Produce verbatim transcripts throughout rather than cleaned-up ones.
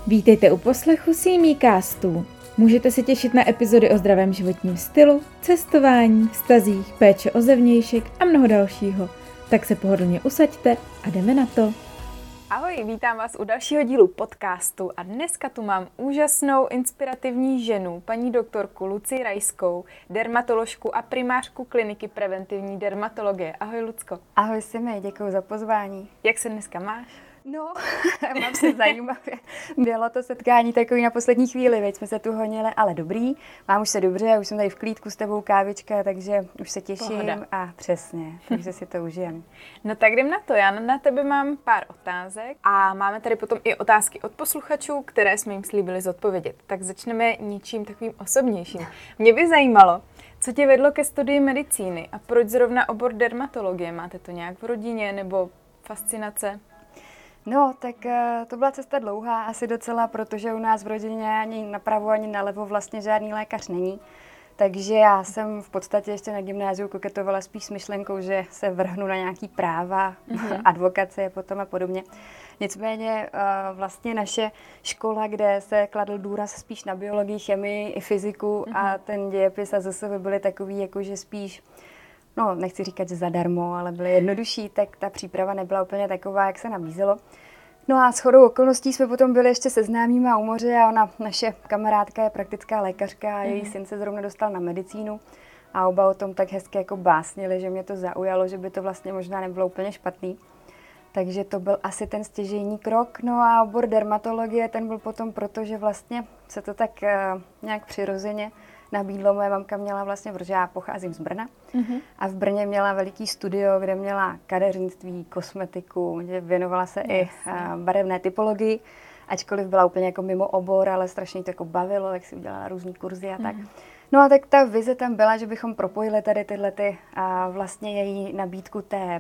Vítejte u poslechu Símícastů. Můžete se těšit na epizody o zdravém životním stylu, cestování, vztazích, péče o zevnějšek a mnoho dalšího. Tak se pohodlně usaďte a jdeme na to. Ahoj, vítám vás u dalšího dílu podcastu a dneska tu mám úžasnou inspirativní ženu, paní doktorku Lucii Rajskou, dermatoložku a primářku kliniky preventivní dermatologie. Ahoj, Lucko. Ahoj, Simi, děkuji za pozvání. Jak se dneska máš? No, mám se zajímavě. Bylo to setkání takový na poslední chvíli, veď jsme se tu honili, ale dobrý. Mám už se dobře, už jsem tady v klídku s tebou kávička, takže už se těším. Pohoda. A přesně, takže si to užijem. No tak jdem na to, já na tebe mám pár otázek a máme tady potom i otázky od posluchačů, které jsme jim slíbili zodpovědět. Tak začneme něčím takovým osobnějším. Mě by zajímalo, co tě vedlo ke studii medicíny a proč zrovna obor dermatologie? Máte to nějak v rodině nebo fascinace? No, tak to byla cesta dlouhá, asi docela, protože u nás v rodině ani napravo, ani nalevo vlastně žádný lékař není. Takže já jsem v podstatě ještě na gymnáziu koketovala spíš s myšlenkou, že se vrhnu na nějaký práva, mm-hmm. advokacie potom a podobně. Nicméně vlastně naše škola, kde se kladl důraz spíš na biologii, chemii i fyziku mm-hmm. a ten dějepis a zase byly takový jakože spíš, no nechci říkat, že zadarmo, ale byly jednodušší, tak ta příprava nebyla úplně taková, jak se nabízelo. No a shodou okolností jsme potom byli ještě se známýma u moře a ona, naše kamarádka je praktická lékařka a její mm. syn se zrovna dostal na medicínu a oba o tom tak hezky jako básnili, že mě to zaujalo, že by to vlastně možná nebylo úplně špatný. Takže to byl asi ten stěžejní krok. No a obor dermatologie, ten byl potom proto, že vlastně se to tak uh, nějak přirozeně nabídlo. Moje mamka měla vlastně, protože já pocházím z Brna mm-hmm. a v Brně měla veliký studio, kde měla kadeřnictví, kosmetiku, kde věnovala se yes. i uh, barevné typologii, ačkoliv byla úplně jako mimo obor, ale strašně to jako bavilo, tak si udělala různý kurzy a tak. Mm-hmm. No a tak ta vize tam byla, že bychom propojili tady tyhle ty, uh, vlastně její nabídku té,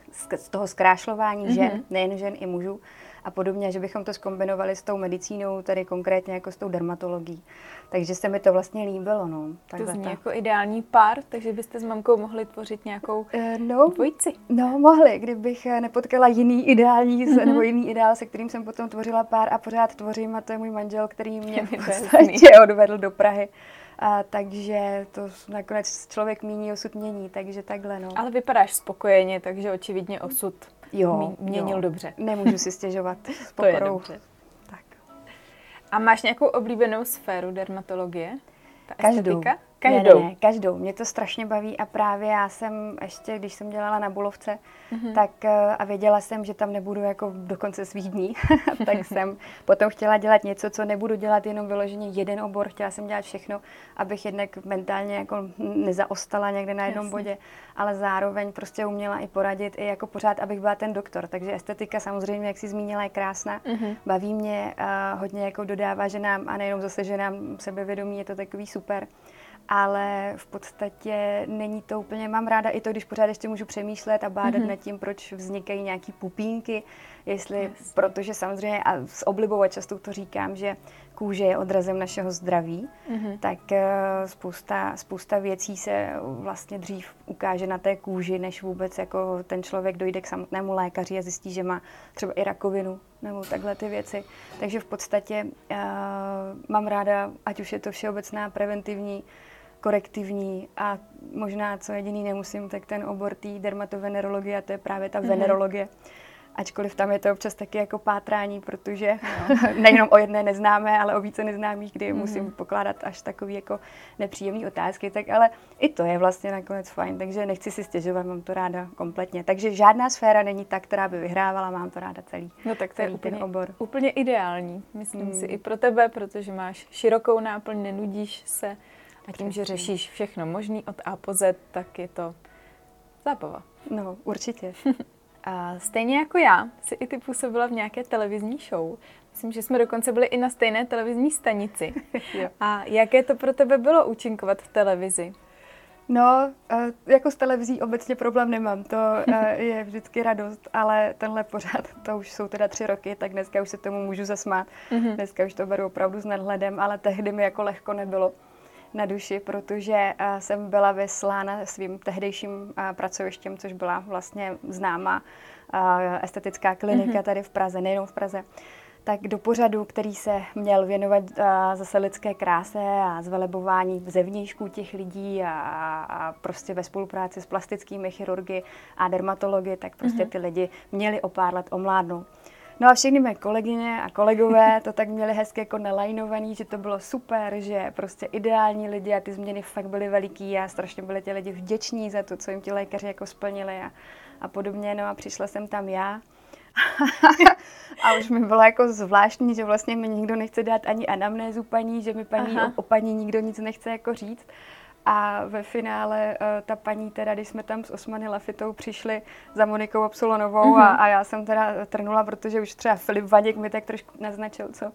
z toho zkrášlování mm-hmm. žen, nejen žen i mužů a podobně, že bychom to zkombinovali s tou medicínou, tady konkrétně jako s tou dermatologií. Takže se mi to vlastně líbilo. No. To zní ta... jako ideální pár, takže byste s mamkou mohli tvořit nějakou uh, no, dvojici. No, mohli, kdybych nepotkala jiný ideální, mm-hmm. nebo jiný ideál, se kterým jsem potom tvořila pár a pořád tvořím a to je můj manžel, který mě vlastně odvedl do Prahy. A takže to nakonec člověk míní, osud mění, takže takhle, no. Ale vypadáš spokojeně, takže očividně osud jo, měnil jo. dobře. Nemůžu si stěžovat s pokorou. To je dobře. Tak. A máš nějakou oblíbenou sféru dermatologie? Ta každou. Estetika? Každou. Ne, ne, ne, každou. Mě to strašně baví a právě já jsem ještě, když jsem dělala na Bulovce, mm-hmm. tak a věděla jsem, že tam nebudu jako do konce svých dní, tak jsem potom chtěla dělat něco, co nebudu dělat jenom vyloženě jeden obor, chtěla jsem dělat všechno, abych jednak mentálně jako nezaostala někde na jednom Jasně. bodě, ale zároveň prostě uměla i poradit, i jako pořád, abych byla ten doktor. Takže estetika samozřejmě, jak jsi zmínila, je krásná, mm-hmm. baví mě, uh, hodně jako dodává ženám a nejenom zase ženám sebevědomí, je to takový super. Ale v podstatě není to úplně, mám ráda i to, když pořád ještě můžu přemýšlet a bádat mm-hmm. nad tím, proč vznikají nějaký pupínky, jestli, yes. protože samozřejmě, a s oblibou a často to říkám, že kůže je odrazem našeho zdraví, mm-hmm. tak uh, spousta, spousta věcí se vlastně dřív ukáže na té kůži, než vůbec jako ten člověk dojde k samotnému lékaři a zjistí, že má třeba i rakovinu nebo takhle ty věci. Takže v podstatě uh, mám ráda, ať už je to všeobecná, preventivní, korektivní a možná, co jediný nemusím, tak ten obor té dermatovenerologie, a to je právě ta mm-hmm. venerologie. Ačkoliv tam je to občas taky jako pátrání, protože no. nejenom o jedné neznámé, ale o více neznámých, kdy mm-hmm. musím pokládat až takový jako nepříjemný otázky, tak ale i to je vlastně nakonec fajn, takže nechci si stěžovat, mám to ráda kompletně. Takže žádná sféra není ta, která by vyhrávala, mám to ráda celý. No tak to celý je úplně, ten obor. úplně ideální, myslím mm. si i pro tebe, protože máš širokou náplň, nenudíš se a tím, že řešíš všechno možný od A po Z, tak je to zábava. No, určitě. A stejně jako já, si i ty působila v nějaké televizní show. Myslím, že jsme dokonce byli i na stejné televizní stanici. A jaké to pro tebe bylo účinkovat v televizi? No, jako s televizí obecně problém nemám, to je vždycky radost, ale tenhle pořád, to už jsou teda tři roky, tak dneska už se tomu můžu zasmát. Mm-hmm. Dneska už to beru opravdu s nadhledem, ale tehdy mi jako lehko nebylo na duši, protože uh, jsem byla vyslána svým tehdejším uh, pracovištěm, což byla vlastně známá uh, estetická klinika mm-hmm. tady v Praze, nejenom v Praze. tak do pořadu, který se měl věnovat uh, zase lidské kráse a zvelebování zevnějšků těch lidí a, a prostě ve spolupráci s plastickými chirurgy a dermatology, tak prostě ty lidi měli o pár let omládnout. No a všechny mé kolegyně a kolegové to tak měli hezky jako nalajnovaný, že to bylo super, že prostě ideální lidi a ty změny fakt byly veliký a strašně byli ti lidi vděční za to, co jim ti lékaři jako splnili a, a podobně. No a přišla jsem tam já a už mi bylo jako zvláštní, že vlastně mi nikdo nechce dát ani anamnézu paní, že mi paní o, o paní nikdo nic nechce jako říct. A ve finále uh, ta paní teda, když jsme tam s Osmany Lafitou přišli za Monikou Absolonovou mm-hmm. a, a já jsem teda trnula, protože už třeba Filip Vaněk mi tak trošku naznačil, co uh,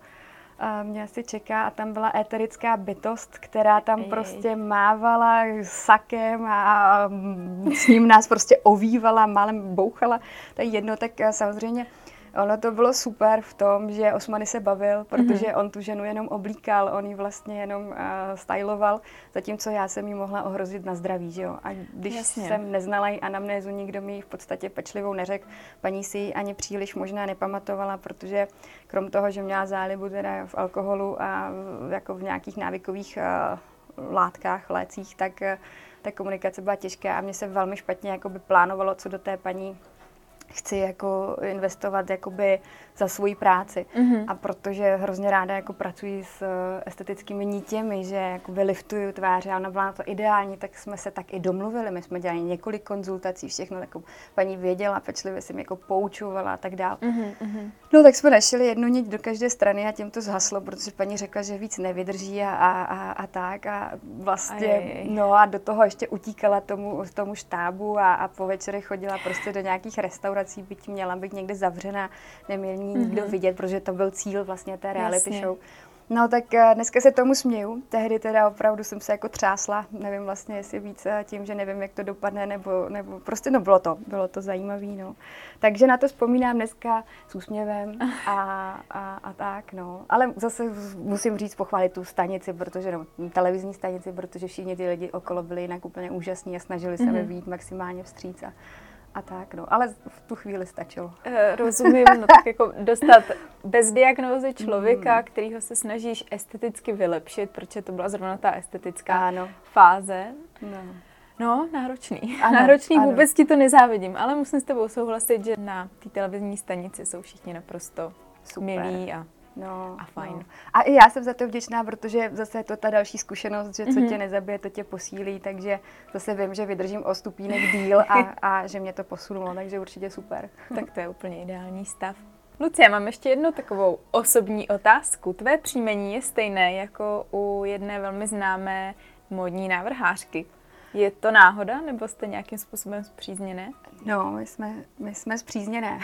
mě asi čeká a tam byla éterická bytost, která tam Ej. prostě mávala sakem a, a s ním nás prostě ovývala, málem bouchala, to je jedno, tak uh, samozřejmě ono to bylo super v tom, že Osmany se bavil, protože mm-hmm. on tu ženu jenom oblíkal, on ji vlastně jenom uh, styloval, zatímco já jsem jí mohla ohrozit na zdraví, že jo. A když Jasně. jsem neznala jí anamnézu, nikdo mi ji v podstatě pečlivou neřekl, paní si ji ani příliš možná nepamatovala, protože krom toho, že měla zálibu teda v alkoholu a jako v nějakých návykových uh, látkách, lécích, tak uh, ta komunikace byla těžká a mě se velmi špatně jakoby plánovalo, co do té paní chci jako investovat jakoby za svoji práci. Mm-hmm. A protože hrozně ráda jako pracuji s estetickými nítěmi, že jakoby liftuju tváře a ona byla na to ideální, tak jsme se tak i domluvili. My jsme dělali několik konzultací, všechno jako paní věděla, pečlivě si mě jako poučovala a tak dál. Mm-hmm. No tak jsme našli jednu niť do každé strany a tím to zhaslo, protože paní řekla, že víc nevydrží a, a, a, a tak a vlastně, Ajej. no a do toho ještě utíkala tomu, tomu štábu a, a po večerech chodila prostě do nějakých restaurací, byť měla být někde zavřená, neměl ní nikdo mm-hmm. vidět, protože to byl cíl vlastně té reality Jasně. show. No tak dneska se tomu směju, tehdy teda opravdu jsem se jako třásla, nevím vlastně, jestli víc tím, že nevím, jak to dopadne, nebo, nebo prostě no bylo to, bylo to zajímavý, no. Takže na to vzpomínám dneska s úsměvem a, a, a tak, no. Ale zase musím říct pochválit tu stanici, protože no, televizní stanici, protože všichni ty lidi okolo byli jinak úplně úžasní a snažili se mm-hmm. mi vyjít maximálně vstříc a A tak, no, ale v tu chvíli stačilo. E, rozumím, no tak jako dostat bez diagnózy člověka, mm. kterýho se snažíš esteticky vylepšit, protože to byla zrovna ta estetická ano. fáze. No, no náročný. Ano, náročný, ano. Vůbec ti to nezávidím, ale musím s tebou souhlasit, že na té televizní stanici jsou všichni naprosto Super. milí a No, a fajn. No. A i já jsem za to vděčná, protože zase je to ta další zkušenost, že co mm-hmm. tě nezabije, to tě posílí, takže zase vím, že vydržím o stupínek díl a, a že mě to posunulo, takže určitě super. Tak to je úplně ideální stav. Lucie, mám ještě jednu takovou osobní otázku. Tvé příjmení je stejné jako u jedné velmi známé módní návrhářky. Je to náhoda, nebo jste nějakým způsobem spřízněné? No, my jsme, my jsme spřízněné.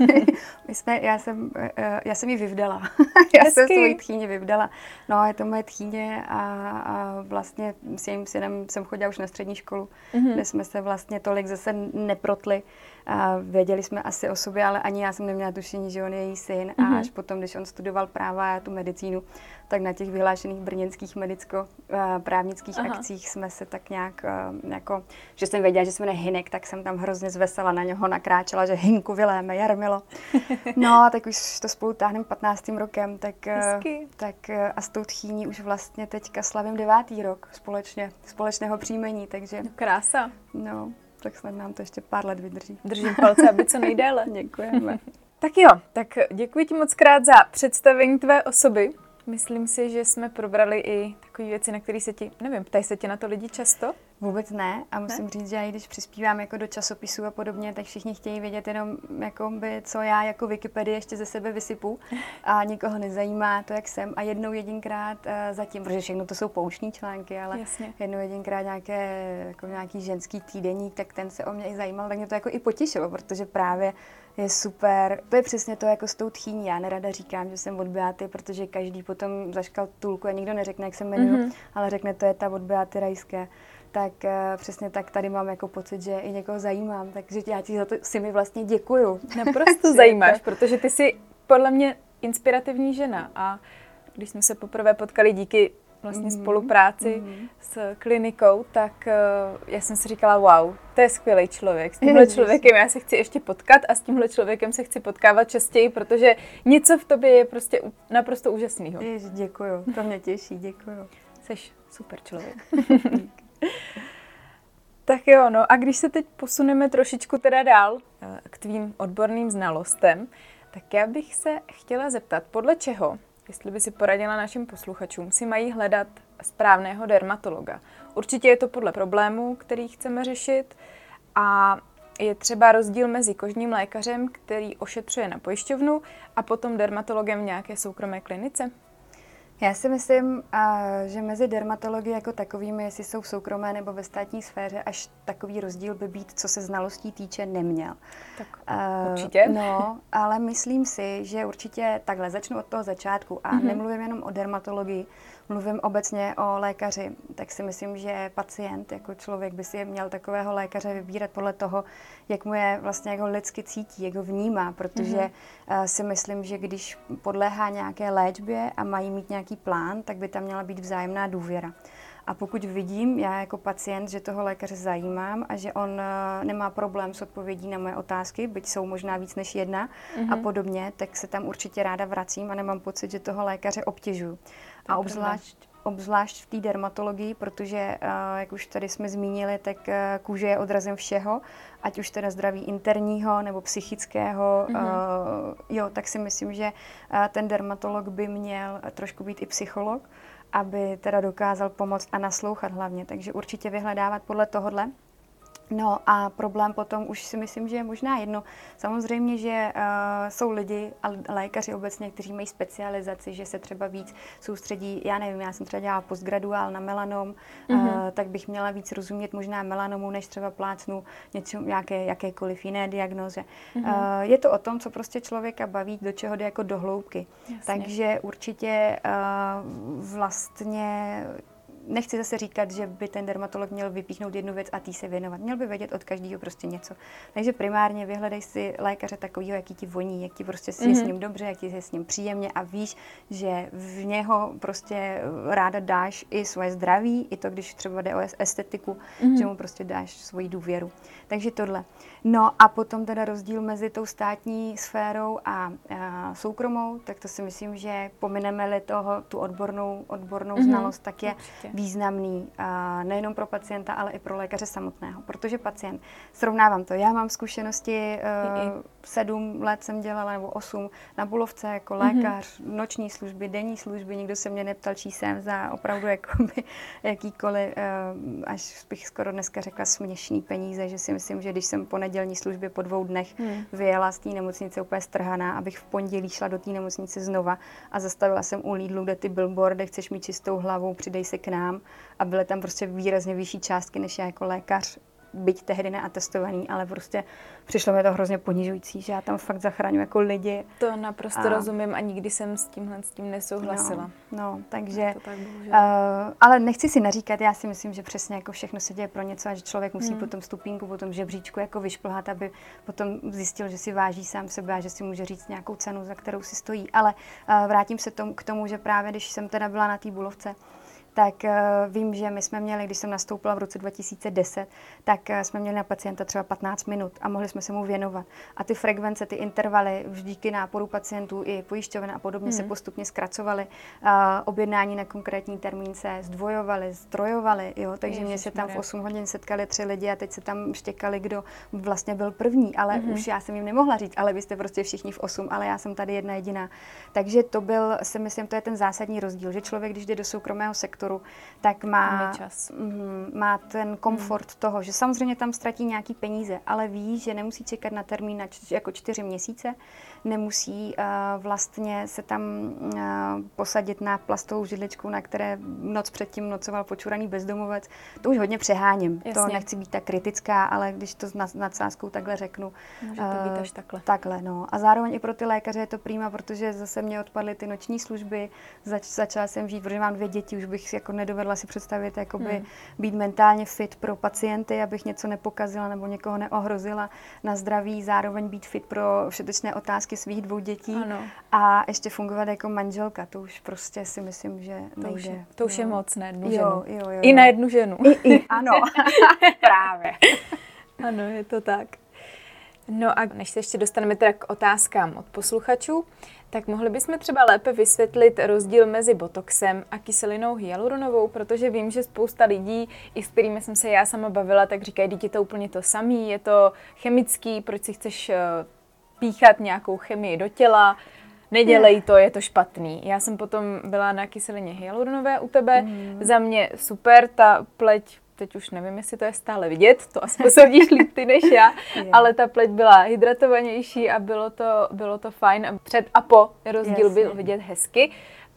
my jsme, já jsem, já jsem ji vyvdala. já Hezky. jsem svoji tchýni vyvdala. No, je to moje tchýně a, a vlastně s jejím synem jsem chodila už na střední školu, mm-hmm. kde jsme se vlastně tolik zase neprotli. A věděli jsme asi o sobě, ale ani já jsem neměla tušení, že on je její syn. Mm-hmm. A až potom, když on studoval práva a tu medicínu, tak na těch vyhlášených brněnských medicko-právnických akcích jsme se tak nějak, jako, že jsem věděla, že se jmenuje Hynek, tak jsem tam hrozně zvesela na něho, nakráčela, že Hynku vyléme, Jarmilo. No a tak už to spolu táhneme patnáctým rokem, tak, tak a s tou tchýní už vlastně teďka slavím devátý rok společně, společného příjmení, takže... Krása. No, tak snad nám to ještě pár let vydrží. Držím palce, aby co nejdéle. Děkujeme. Tak jo, tak děkuji ti moc krát za představení tvé osoby. Myslím si, že jsme probrali i takové věci, na které se ti, nevím, ptají se tě na to lidi často? Vůbec ne a musím ne? říct, že i když přispívám jako do časopisů a podobně, tak všichni chtějí vědět jenom, jakoby, co já jako Wikipedii ještě ze sebe vysypu a nikoho nezajímá to, jak jsem. A jednou jedinkrát uh, zatím, protože všechno to jsou pouční články, ale Jasně. jednou jedinkrát nějaké, jako nějaký ženský týdeník, tak ten se o mě i zajímal, tak mě to jako i potěšilo, protože právě je super. To je přesně to jako s tou tchýní. Já nerada říkám, že jsem od Beaty, protože každý potom zaškal tulku a nikdo neřekne, jak se jmenuju, mm-hmm. ale řekne, to je ta od Beaty Rajské. Tak uh, přesně tak tady mám jako pocit, že i někoho zajímám, takže já ti za to si mi vlastně děkuju. Naprosto zajímáš, to... protože ty jsi podle mě inspirativní žena a když jsme se poprvé potkali díky vlastně mm-hmm. spolupráci mm-hmm. s klinikou, tak uh, já jsem si říkala, wow, to je skvělý člověk. S tímhle Ježiš. člověkem já se chci ještě potkat a s tímhle člověkem se chci potkávat častěji, protože něco v tobě je prostě naprosto úžasného. Ježiš, děkuju, to mě těší, děkuju. Jseš super člověk. Tak jo, no a když se teď posuneme trošičku teda dál k tvým odborným znalostem, tak já bych se chtěla zeptat, podle čeho, jestli by si poradila našim posluchačům, si mají hledat správného dermatologa. Určitě je to podle problémů, který chceme řešit, a je třeba rozdíl mezi kožním lékařem, který ošetřuje na pojišťovnu, a potom dermatologem v nějaké soukromé klinice. Já si myslím, že mezi dermatology jako takovými, jestli jsou v soukromé nebo ve státní sféře, až takový rozdíl by být, co se znalostí týče, neměl. Tak určitě. Uh, no, ale myslím si, že určitě takhle začnu od toho začátku a mm-hmm. nemluvím jenom o dermatologii, mluvím obecně o lékaři. Tak si myslím, že pacient jako člověk by si měl takového lékaře vybírat podle toho, jak mu je vlastně, jak ho lidsky cítí, jak ho vnímá, protože mm-hmm. uh, si myslím, že když podléhá nějaké léčbě a mají mít nějaký plán, tak by tam měla být vzájemná důvěra. A pokud vidím, já jako pacient, že toho lékaře zajímám a že on uh, nemá problém s odpovědí na moje otázky, byť jsou možná víc než jedna mm-hmm. a podobně, tak se tam určitě ráda vracím a nemám pocit, že toho lékaře obtěžuju. A obzvlášť, obzvlášť v té dermatologii, protože, uh, jak už tady jsme zmínili, tak uh, kůže je odrazem všeho, ať už teda zdraví interního nebo psychického, mm-hmm. uh, jo, tak si myslím, že uh, ten dermatolog by měl trošku být i psycholog, aby teda dokázal pomoct a naslouchat hlavně. Takže určitě vyhledávat podle tohohle. No a problém potom už si myslím, že je možná jedno. Samozřejmě, že uh, jsou lidi a lékaři obecně, kteří mají specializaci, že se třeba víc soustředí, já nevím, já jsem třeba dělala postgraduál na melanom, mm-hmm. uh, tak bych měla víc rozumět možná melanomu, než třeba plácnu něčem, nějaké, jakékoliv jiné diagnoze. Mm-hmm. Uh, je to o tom, co prostě člověka baví, do čeho jde jako do hloubky. Jasně. Takže určitě uh, vlastně nechci zase říkat, že by ten dermatolog měl vypíchnout jednu věc a tý se věnovat. Měl by vědět od každého prostě něco. Takže primárně vyhledej si lékaře takového, jaký ti voní, jak ti prostě si mm-hmm. je s ním dobře, jak ti je s ním příjemně a víš, že v něho prostě ráda dáš i svoje zdraví, i to, když třeba jde o estetiku, mm-hmm. že mu prostě dáš svoji důvěru. Takže tohle. No a potom teda rozdíl mezi tou státní sférou a, a soukromou, tak to si myslím, že pomineme-li toho, tu odbornou, odbornou mm-hmm. znalost, tak je Určitě. významný a nejenom pro pacienta, ale i pro lékaře samotného. Protože pacient, srovnávám to, já mám zkušenosti, uh, sedm let jsem dělala, nebo osm, na Bulovce jako lékař, mm-hmm. noční služby, denní služby, nikdo se mě neptal, čí jsem za opravdu jakoby, jakýkoliv, uh, až bych skoro dneska řekla směšný peníze, že si myslím, že když jsem po nedělní službě po dvou dnech hmm. vyjela z té nemocnice úplně strhaná, abych v pondělí šla do té nemocnice znova a zastavila jsem u Lidlu, kde ty billboardy, chceš mít čistou hlavu, přidej se k nám, a byly tam prostě výrazně vyšší částky, než já jako lékař, byť tehdy neatestovaný, ale prostě přišlo mi to hrozně ponižující, že já tam fakt zachraňuji jako lidi. To naprosto a... rozumím a nikdy jsem s tímhle s tím nesouhlasila. No, no takže, to tak uh, ale nechci si naříkat, já si myslím, že přesně jako všechno se děje pro něco a že člověk musí hmm. po tom stupínku, po tom žebříčku jako vyšplhat, aby potom zjistil, že si váží sám sebe a že si může říct nějakou cenu, za kterou si stojí. Ale uh, vrátím se tomu, k tomu, že právě když jsem teda byla na té Bulovce, tak uh, vím, že my jsme měli, když jsem nastoupila v roce dva tisíce deset, tak uh, jsme měli na pacienta třeba patnáct minut a mohli jsme se mu věnovat. A ty frekvence, ty intervaly, díky náporu pacientů i pojišťoven a podobně mm. se postupně zkracovaly. Uh, objednání na konkrétní termín se zdvojovaly, zdrojovaly, jo, takže mě se tam v osm hodin setkali tři lidi a teď se tam štěkali, kdo vlastně byl první, ale mm-hmm. už já jsem jim nemohla říct, ale vy jste prostě všichni v osm, ale já jsem tady jedna jediná. Takže to byl, si myslím, to je ten zásadní rozdíl, že člověk, když jde do soukromého sektoru, tak má, mm, má ten komfort mm. toho, že samozřejmě tam ztratí nějaký peníze, ale ví, že nemusí čekat na termín na č- jako čtyři měsíce, nemusí uh, vlastně se tam uh, posadit na plastovou židličku, na které noc předtím nocoval počuraný bezdomovec. To už hodně přeháním, Jasně. to nechci být tak kritická, ale když to s nad, nadsázkou takhle řeknu. Může to být až takhle. Takhle, no. A zároveň i pro ty lékaře je to prima, protože zase mě odpadly ty noční služby, zač- začala jsem žít, protože mám dvě děti, už bych bych jako nedovedla si představit jakoby Hmm. být mentálně fit pro pacienty, abych něco nepokazila nebo někoho neohrozila na zdraví, zároveň být fit pro všetečné otázky svých dvou dětí Ano. a ještě fungovat jako manželka. To už prostě si myslím, že To nejde. už, je, to už je No. moc na jednu Jo, ženu. jo, jo, I jo. na jednu ženu. I, i, ano, právě. Ano, je to tak. No a než se ještě dostaneme teda k otázkám od posluchačů, tak mohli bychom třeba lépe vysvětlit rozdíl mezi botoxem a kyselinou hyaluronovou, protože vím, že spousta lidí, i s kterými jsem se já sama bavila, tak říkají, že je to úplně to samý, je to chemický, proč si chceš píchat nějakou chemii do těla, nedělej to, je to špatný. Já jsem potom byla na kyselině hyaluronové u tebe, mm. za mě super, ta pleť, teď už nevím, jestli to je stále vidět, to asi posoudíš líp ty než já, yeah. ale ta pleť byla hydratovanější a bylo to, bylo to fajn. A před a po rozdíl yes. byl vidět hezky.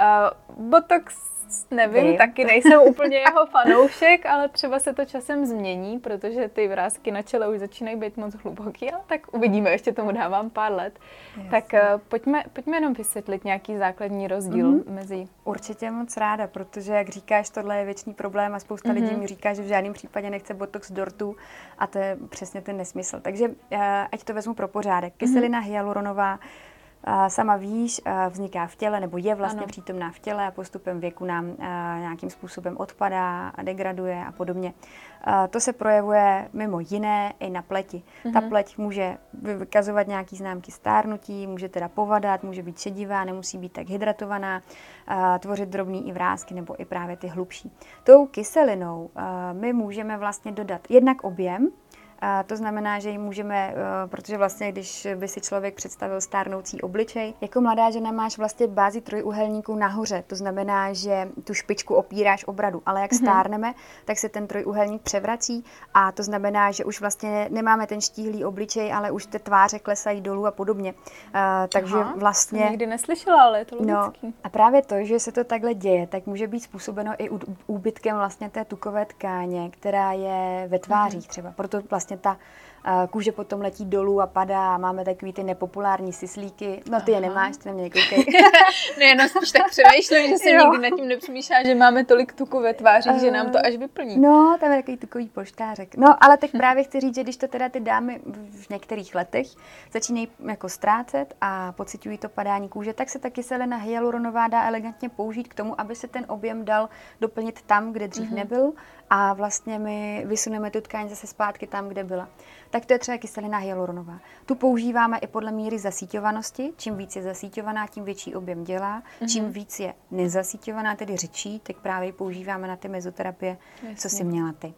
Uh, botox, nevím, Vím. taky nejsem úplně jeho fanoušek, ale třeba se to časem změní, protože ty vrásky na čele už začínají být moc hluboký, ale tak uvidíme, ještě tomu dávám pár let. Yes. Tak uh, pojďme, pojďme jenom vysvětlit nějaký základní rozdíl mm-hmm. mezi... Určitě moc ráda, protože jak říkáš, tohle je věčný problém a spousta mm-hmm. lidí mi říká, že v žádném případě nechce botox do rtu a to je přesně ten nesmysl. Takže uh, ať to vezmu pro pořádek. Kyselina mm-hmm. hyaluronová, Uh, sama víš, uh, vzniká v těle, nebo je vlastně ano. přítomná v těle a postupem věku nám uh, nějakým způsobem odpadá a degraduje a podobně. Uh, to se projevuje mimo jiné i na pleti. Mm-hmm. Ta pleť může vykazovat nějaký známky stárnutí, může teda povadat, může být šedivá, nemusí být tak hydratovaná, uh, tvořit drobný i vrásky nebo i právě ty hlubší. Tou kyselinou uh, my můžeme vlastně dodat jednak objem. A to znamená, že ji můžeme, protože vlastně, když by si člověk představil stárnoucí obličej, jako mladá žena máš vlastně bázi trojúhelníků nahoře, to znamená, že tu špičku opíráš o bradu, ale jak mm-hmm. stárneme, tak se ten trojúhelník převrací a to znamená, že už vlastně nemáme ten štíhlý obličej, ale už ty tváře klesají dolů a podobně. Uh, takže Aha, vlastně... to nikdy neslyšela, ale je to logický. No, a právě to, že se to takhle děje, tak může být způsobeno i úbytkem vlastně té tukové tkáně, která je ve tvářích mm-hmm. třeba. Proto vlastně ta uh, kůže potom letí dolů a padá a máme takový ty nepopulární syslíky. No ty Aha. je nemáš, ty na mě nekoukej. Ne, jenom spíš tak přemýšlím, že jsem nikdy nad tím nepřemýšlela, že máme tolik tuku ve tvářích, uh, že nám to až vyplní. No, tam je takový tukový polštářek. No, ale tak právě chci říct, že když to teda ty dámy v některých letech začínají jako ztrácet a pociťují to padání kůže, tak se ta kyselina hyaluronová dá elegantně použít k tomu, aby se ten objem dal doplnit tam, kde dřív mm-hmm. nebyl a vlastně my vysuneme tu tkáň zase zpátky tam, kde byla. Tak to je třeba kyselina hyaluronová. Tu používáme i podle míry zasíťovanosti. Čím víc je zasíťovaná, tím větší objem dělá. Mm-hmm. Čím víc je nezasíťovaná, tedy řidčí, tak právě ji používáme na ty mezoterapie, Jasně. co jsi měla ty.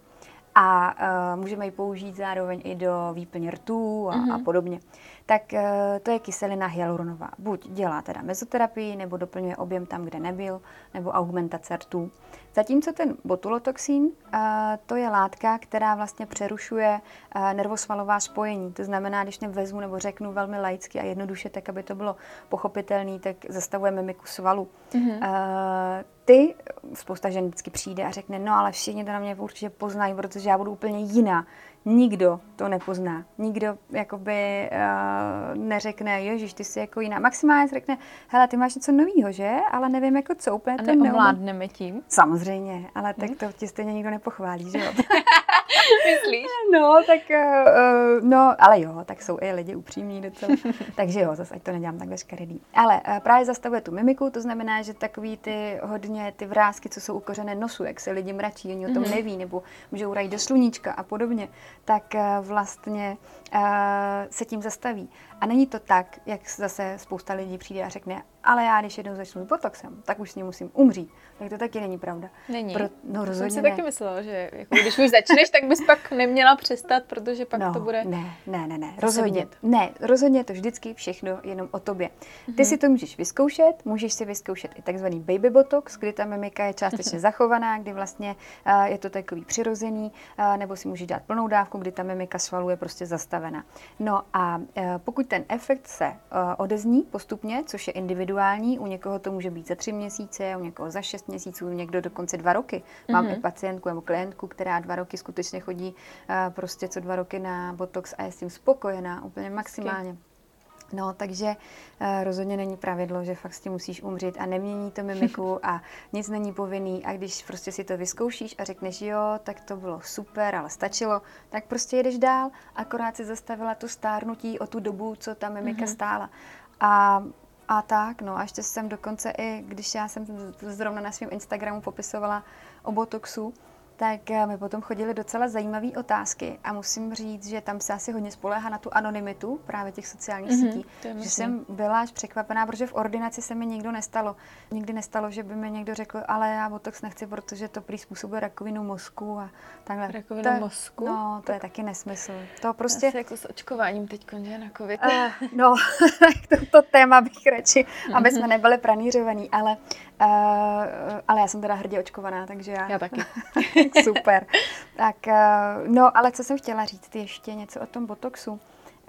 A uh, můžeme ji použít zároveň i do výplně rtů a, mm-hmm. a podobně. Tak uh, to je kyselina hyaluronová. Buď dělá teda mezoterapii, nebo doplňuje objem tam, kde nebyl, nebo augmentace rtů. Zatímco ten botulotoxin, uh, to je látka, která vlastně přerušuje uh, nervosvalová spojení. To znamená, když mě vezmu nebo řeknu velmi laicky a jednoduše, tak aby to bylo pochopitelné, tak zastavuje mimiku svalu. Mm-hmm. Uh, ty, spousta žen vždycky přijde a řekne, no ale všichni to na mě určitě poznají, protože já budu úplně jiná. Nikdo to nepozná. Nikdo jakoby uh, neřekne, ježiš, ty jsi jako jiná. Maximálně řekne, hele, ty máš něco novýho, že? Ale nevím jako co úplně. A neomládneme tím? Samozřejmě, ale tak to ti stejně nikdo nepochválí, že jo? Myslíš? No, tak, uh, no, ale jo, tak jsou i lidi upřímní docela. Takže jo, zase ať to nedělám takhle škaredý. Ale uh, právě zastavuje tu mimiku, to znamená, že takový ty hodně ty vrásky, co jsou u kořene nosu, jak se lidi mračí, oni o tom mm-hmm. neví, nebo můžou rajít do sluníčka a podobně, tak uh, vlastně uh, se tím zastaví. A není to tak, jak zase spousta lidí přijde a řekne, ale já když jednou začnu s botoxem, tak už s ním musím umřít. Tak to taky není pravda. Není. Pro, no rozhodně jsem si ne. taky myslela, že jako, když už začneš, tak bys pak neměla přestat, protože pak no, to bude... Ne, ne, ne, ne, rozhodně. Ne, rozhodně je to vždycky všechno jenom o tobě. Ty mm-hmm. si to můžeš vyzkoušet, můžeš si vyzkoušet i takzvaný baby botox, kdy ta mimika je částečně zachovaná, kdy vlastně uh, je to takový přirozený, uh, nebo si můžeš dát plnou dávku, kdy ta mimika svalu je prostě zastavená. No a uh, pokud ten efekt se uh, odezní postupně, což je individuální, u někoho to může být za tři měsíce, u někoho za šest měsíců, někdo dokonce dva roky. Mám mm-hmm. i pacientku nebo klientku, která dva roky skutečně chodí uh, prostě co dva roky na botox a je s tím spokojená úplně maximálně. No, takže uh, rozhodně není pravidlo, že fakt s tím musíš umřít a nemění to mimiku a nic není povinný a když prostě si to vyzkoušíš a řekneš jo, tak to bylo super, ale stačilo, tak prostě jedeš dál, akorát si zastavila tu stárnutí o tu dobu, co ta mimika mm-hmm. stála. A A tak, no a ještě jsem dokonce i, když já jsem zrovna na svém Instagramu popisovala o botoxu, tak mi potom chodily docela zajímavé otázky a musím říct, že tam se asi hodně spoléhá na tu anonymitu právě těch sociálních mm-hmm, sítí. Že jsem byla až překvapená, protože v ordinaci se mi nikdo nestalo. Nikdy nestalo, že by mi někdo řekl, ale já botox nechci, protože to prý způsobuje rakovinu mozku a takhle. Rakovinu to, mozku? No, to je taky nesmysl. To prostě... Asi jako s očkováním teď že na covid. Uh, no, tak toto téma bych radši, aby jsme nebyli pranířovaní, ale, uh, ale já jsem teda hrdě očkovaná, takže já... Já taky. Super. Tak, uh, no, ale co jsem chtěla říct, ještě něco o tom botoxu. Uh,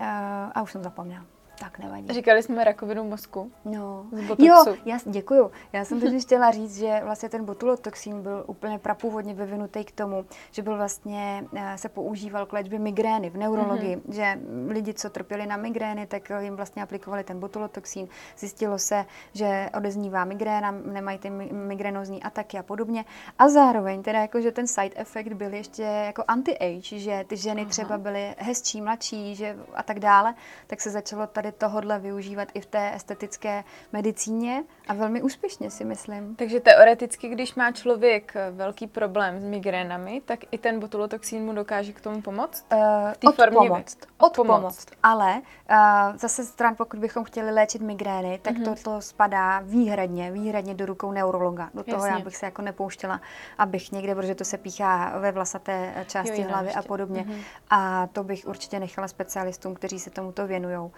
a už jsem zapomněla. Tak nevadí. Říkali jsme rakovinu mozku. No. Z botoxu. Jo, já, děkuju. Já jsem teď chtěla říct, že vlastně ten botulotoxin byl úplně prapůvodně vyvinutý k tomu, že byl vlastně, se používal k léčbě migrény v neurologii, mm-hmm. že lidi, co trpěli na migrény, tak jim vlastně aplikovali ten botulotoxin. Zjistilo se, že odeznívá migréna, nemají ty migrénózní ataky a podobně. A zároveň teda jako, že ten side effect byl ještě jako anti-age, že ty ženy Aha. třeba byly hezčí, mladší, že a tak dále, tak se začalo tady tohodle využívat i v té estetické medicíně a velmi úspěšně si myslím. Takže teoreticky, když má člověk velký problém s migrénami, tak i ten botulotoxin mu dokáže k tomu pomoct? Uh, v té formě odpomoct. Odpomoct. Ale uh, zase stran, pokud bychom chtěli léčit migrény, tak mm-hmm. to spadá výhradně, výhradně do rukou neurologa. Do toho Jasně. já bych se jako nepouštěla, abych někde, protože to se píchá ve vlasaté části jo, hlavy ještě. a podobně. Mm-hmm. A to bych určitě nechala specialistům, kteří se tomuto věnujou.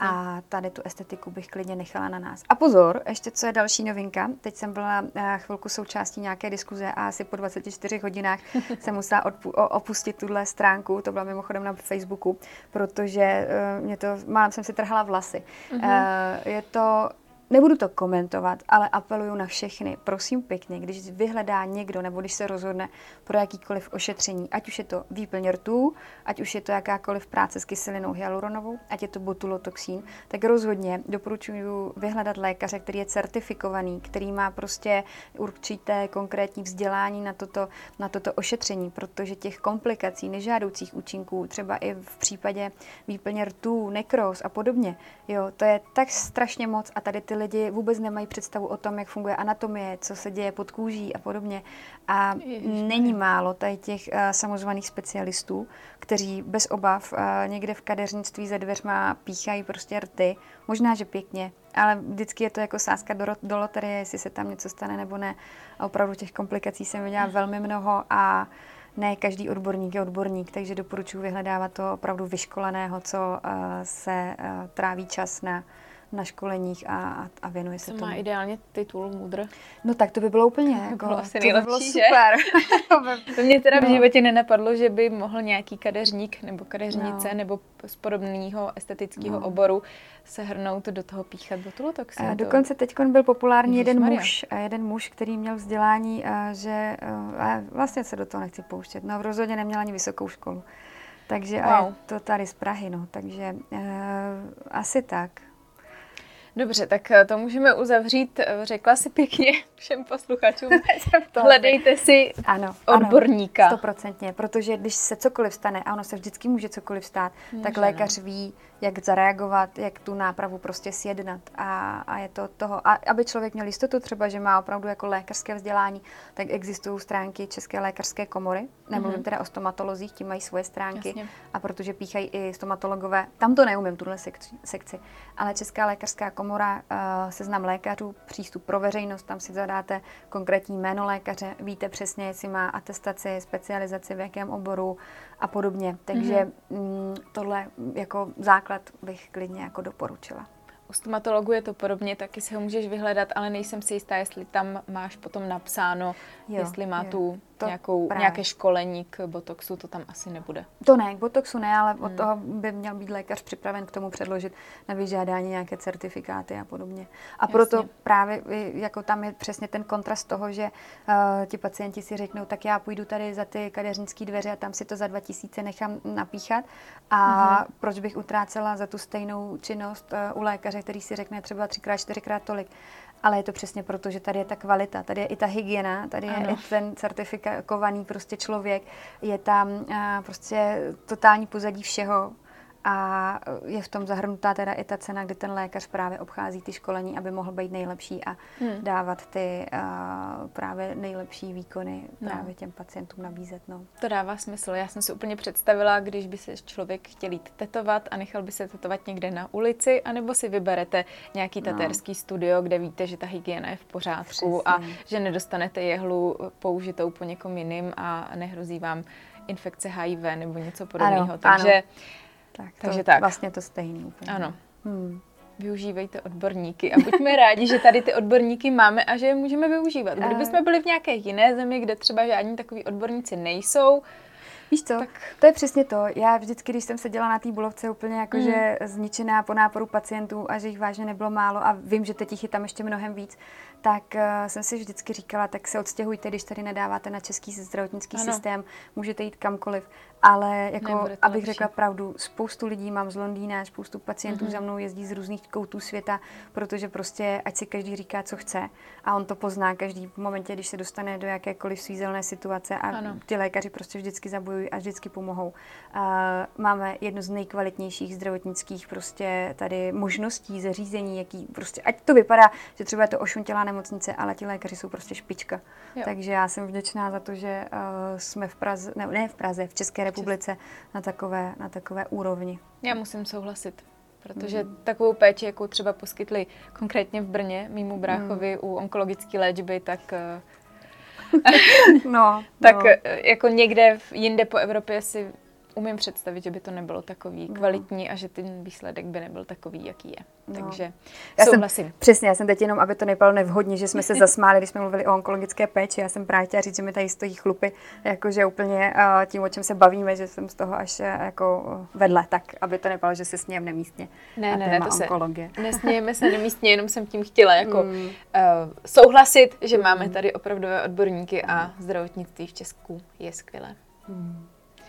A tady tu estetiku bych klidně nechala na nás. A pozor, ještě co je další novinka. Teď jsem byla chvilku součástí nějaké diskuze a asi po dvaceti čtyřech hodinách jsem musela odpu- opustit tuhle stránku. To byla mimochodem na Facebooku, protože uh, mě to, málem jsem si trhala vlasy. Mm-hmm. Uh, je to Nebudu to komentovat, ale apeluju na všechny. Prosím pěkně, když vyhledá někdo nebo když se rozhodne pro jakýkoliv ošetření, ať už je to výplň rtů, ať už je to jakákoliv práce s kyselinou hyaluronovou, ať je to botulotoxín, tak rozhodně doporučuji vyhledat lékaře, který je certifikovaný, který má prostě určité konkrétní vzdělání na toto, na toto ošetření, protože těch komplikací, nežádoucích účinků, třeba i v případě výplně rtů, nekroz a podobně, jo, to je tak strašně moc a tady ty lidi vůbec nemají představu o tom, jak funguje anatomie, co se děje pod kůží a podobně. A Ježiš, není málo tady těch uh, samozvaných specialistů, kteří bez obav uh, někde v kadeřnictví za dveřma píchají prostě rty. Možná, že pěkně, ale vždycky je to jako sázka do, do loterie, jestli se tam něco stane nebo ne. A opravdu těch komplikací jsem viděla velmi mnoho a ne každý odborník je odborník, takže doporučuji vyhledávat to opravdu vyškoleného, co uh, se uh, tráví čas na na školeních a, a věnuje se to tomu. Má ideálně titul MUDr. No tak to by bylo úplně jako, bylo asi to by bylo že? super. To mě teda no. v životě nenapadlo, že by mohl nějaký kadeřník nebo kadeřnice no. nebo z podobného estetického no. oboru se hrnout do toho píchat botulotoxin. A dokonce teď byl populární jeden Maria. muž, jeden muž, který měl vzdělání, že a vlastně se do toho nechci pouštět. No rozhodně neměl ani vysokou školu. Takže wow. a je to tady z Prahy, no. Takže uh, asi tak. Dobře, tak to můžeme uzavřít. Řekla si pěkně všem posluchačům, hledejte si ano, odborníka. Stoprocentně, protože když se cokoliv stane, a ono se vždycky může cokoliv stát, může, tak lékař no. ví, jak zareagovat, jak tu nápravu prostě sjednat. A, a je to toho, a aby člověk měl jistotu třeba, že má opravdu jako lékařské vzdělání, tak existují stránky České lékařské komory. Nemluvím mm-hmm. teda o stomatolozích, ti mají svoje stránky. Jasně. A protože píchají i stomatologové, tam to neumím, tuhle sekci, sekci. Ale Česká lékařská komora, uh, seznam lékařů, přístup pro veřejnost, tam si zadáte konkrétní jméno lékaře, víte přesně, jestli má atestaci, specializaci, v jakém oboru a podobně. Takže mm-hmm. mm, tohle jako základ bych klidně jako doporučila. U stomatologu je to podobně, taky si ho můžeš vyhledat, ale nejsem si jistá, jestli tam máš potom napsáno, jo, jestli má jo. tu to Nějakou, nějaké školení k botoxu, to tam asi nebude. To ne, k botoxu ne, ale hmm. od toho by měl být lékař připraven k tomu předložit na vyžádání nějaké certifikáty a podobně. A Jasně. proto právě jako tam je přesně ten kontrast toho, že uh, ti pacienti si řeknou, tak já půjdu tady za ty kadeřnické dveře a tam si to za dva tisíce nechám napíchat a hmm. proč bych utrácela za tu stejnou činnost uh, u lékaře, který si řekne třeba třikrát, čtyřikrát tolik. Ale je to přesně proto, že tady je ta kvalita, tady je i ta hygiena, tady je ano. i ten certifikovaný prostě člověk, je tam uh, prostě totální pozadí všeho a je v tom zahrnutá teda i ta cena, kdy ten lékař právě obchází ty školení, aby mohl být nejlepší a hmm. dávat ty uh, právě nejlepší výkony no. právě těm pacientům nabízet. No. To dává smysl. Já jsem si úplně představila, když by se člověk chtěl jít tetovat a nechal by se tetovat někde na ulici, anebo si vyberete nějaký taterský no. studio, kde víte, že ta hygiena je v pořádku Přesně. a že nedostanete jehlu použitou po někom jiným a nehrozí vám infekce H I V nebo něco podobného. Ano, Takže ano. Tak, Takže to tak. Vlastně to stejný úplně. Ano. Hmm. Využívejte odborníky a buďme rádi, že tady ty odborníky máme a že je můžeme využívat. Kdybychom byli v nějaké jiné zemi, kde třeba žádní takový odborníci nejsou, víš co, tak to je přesně to. Já vždycky, když jsem seděla na té Bulovce úplně jakože mm. zničená po náporu pacientů a že jich vážně nebylo málo a vím, že teď jich je tam ještě mnohem víc, tak uh, jsem si vždycky říkala, tak se odstěhujte, když tady nedáváte na český zdravotnický ano. systém, můžete jít kamkoliv. Ale jako, abych lepší. řekla pravdu, spoustu lidí mám z Londýna, spoustu pacientů mm-hmm. za mnou jezdí z různých koutů světa, protože prostě, ať si každý říká, co chce a on to pozná každý v momentě, když se dostane do jakékoliv svízelné situace a ano. ti lékaři prostě vždycky zabojují a vždycky pomohou. Uh, máme jedno z nejkvalitnějších zdravotnických prostě tady možností, zařízení, jaký prostě, ať to vypadá, že třeba je to ošuntělá nemocnice, ale ti lékaři jsou prostě špička. Jo. Takže já jsem vděčná za to, že uh, jsme v Praze, ne, ne v Praze, v České republice na takové, na takové úrovni. Já musím souhlasit, protože mm. takovou péči, jakou třeba poskytli konkrétně v Brně mýmu bráchovi mm. u onkologické léčby, tak no, tak no. jako někde jinde po Evropě si umím představit, že by to nebylo takový no. kvalitní a že ten výsledek by nebyl takový, jaký je. No. Takže já souhlasím. Jsem, přesně, já jsem teď jenom, aby to nepadlo nevhodně, že jsme se zasmáli, když jsme mluvili o onkologické péči. Já jsem právě chtěla říct, že mi tady stojí chlupy, jakože úplně uh, tím, o čem se bavíme, že jsem z toho až uh, jako vedle, tak aby to nepadlo, že se snějem nemístně. Ne, ne, ne, to onkologie. se nesmějeme se nemístně, jenom jsem tím chtěla jako mm. uh, souhlasit, že mm. máme tady opravdové odborníky a zdravotnictví v Česku je skvělé. Mm.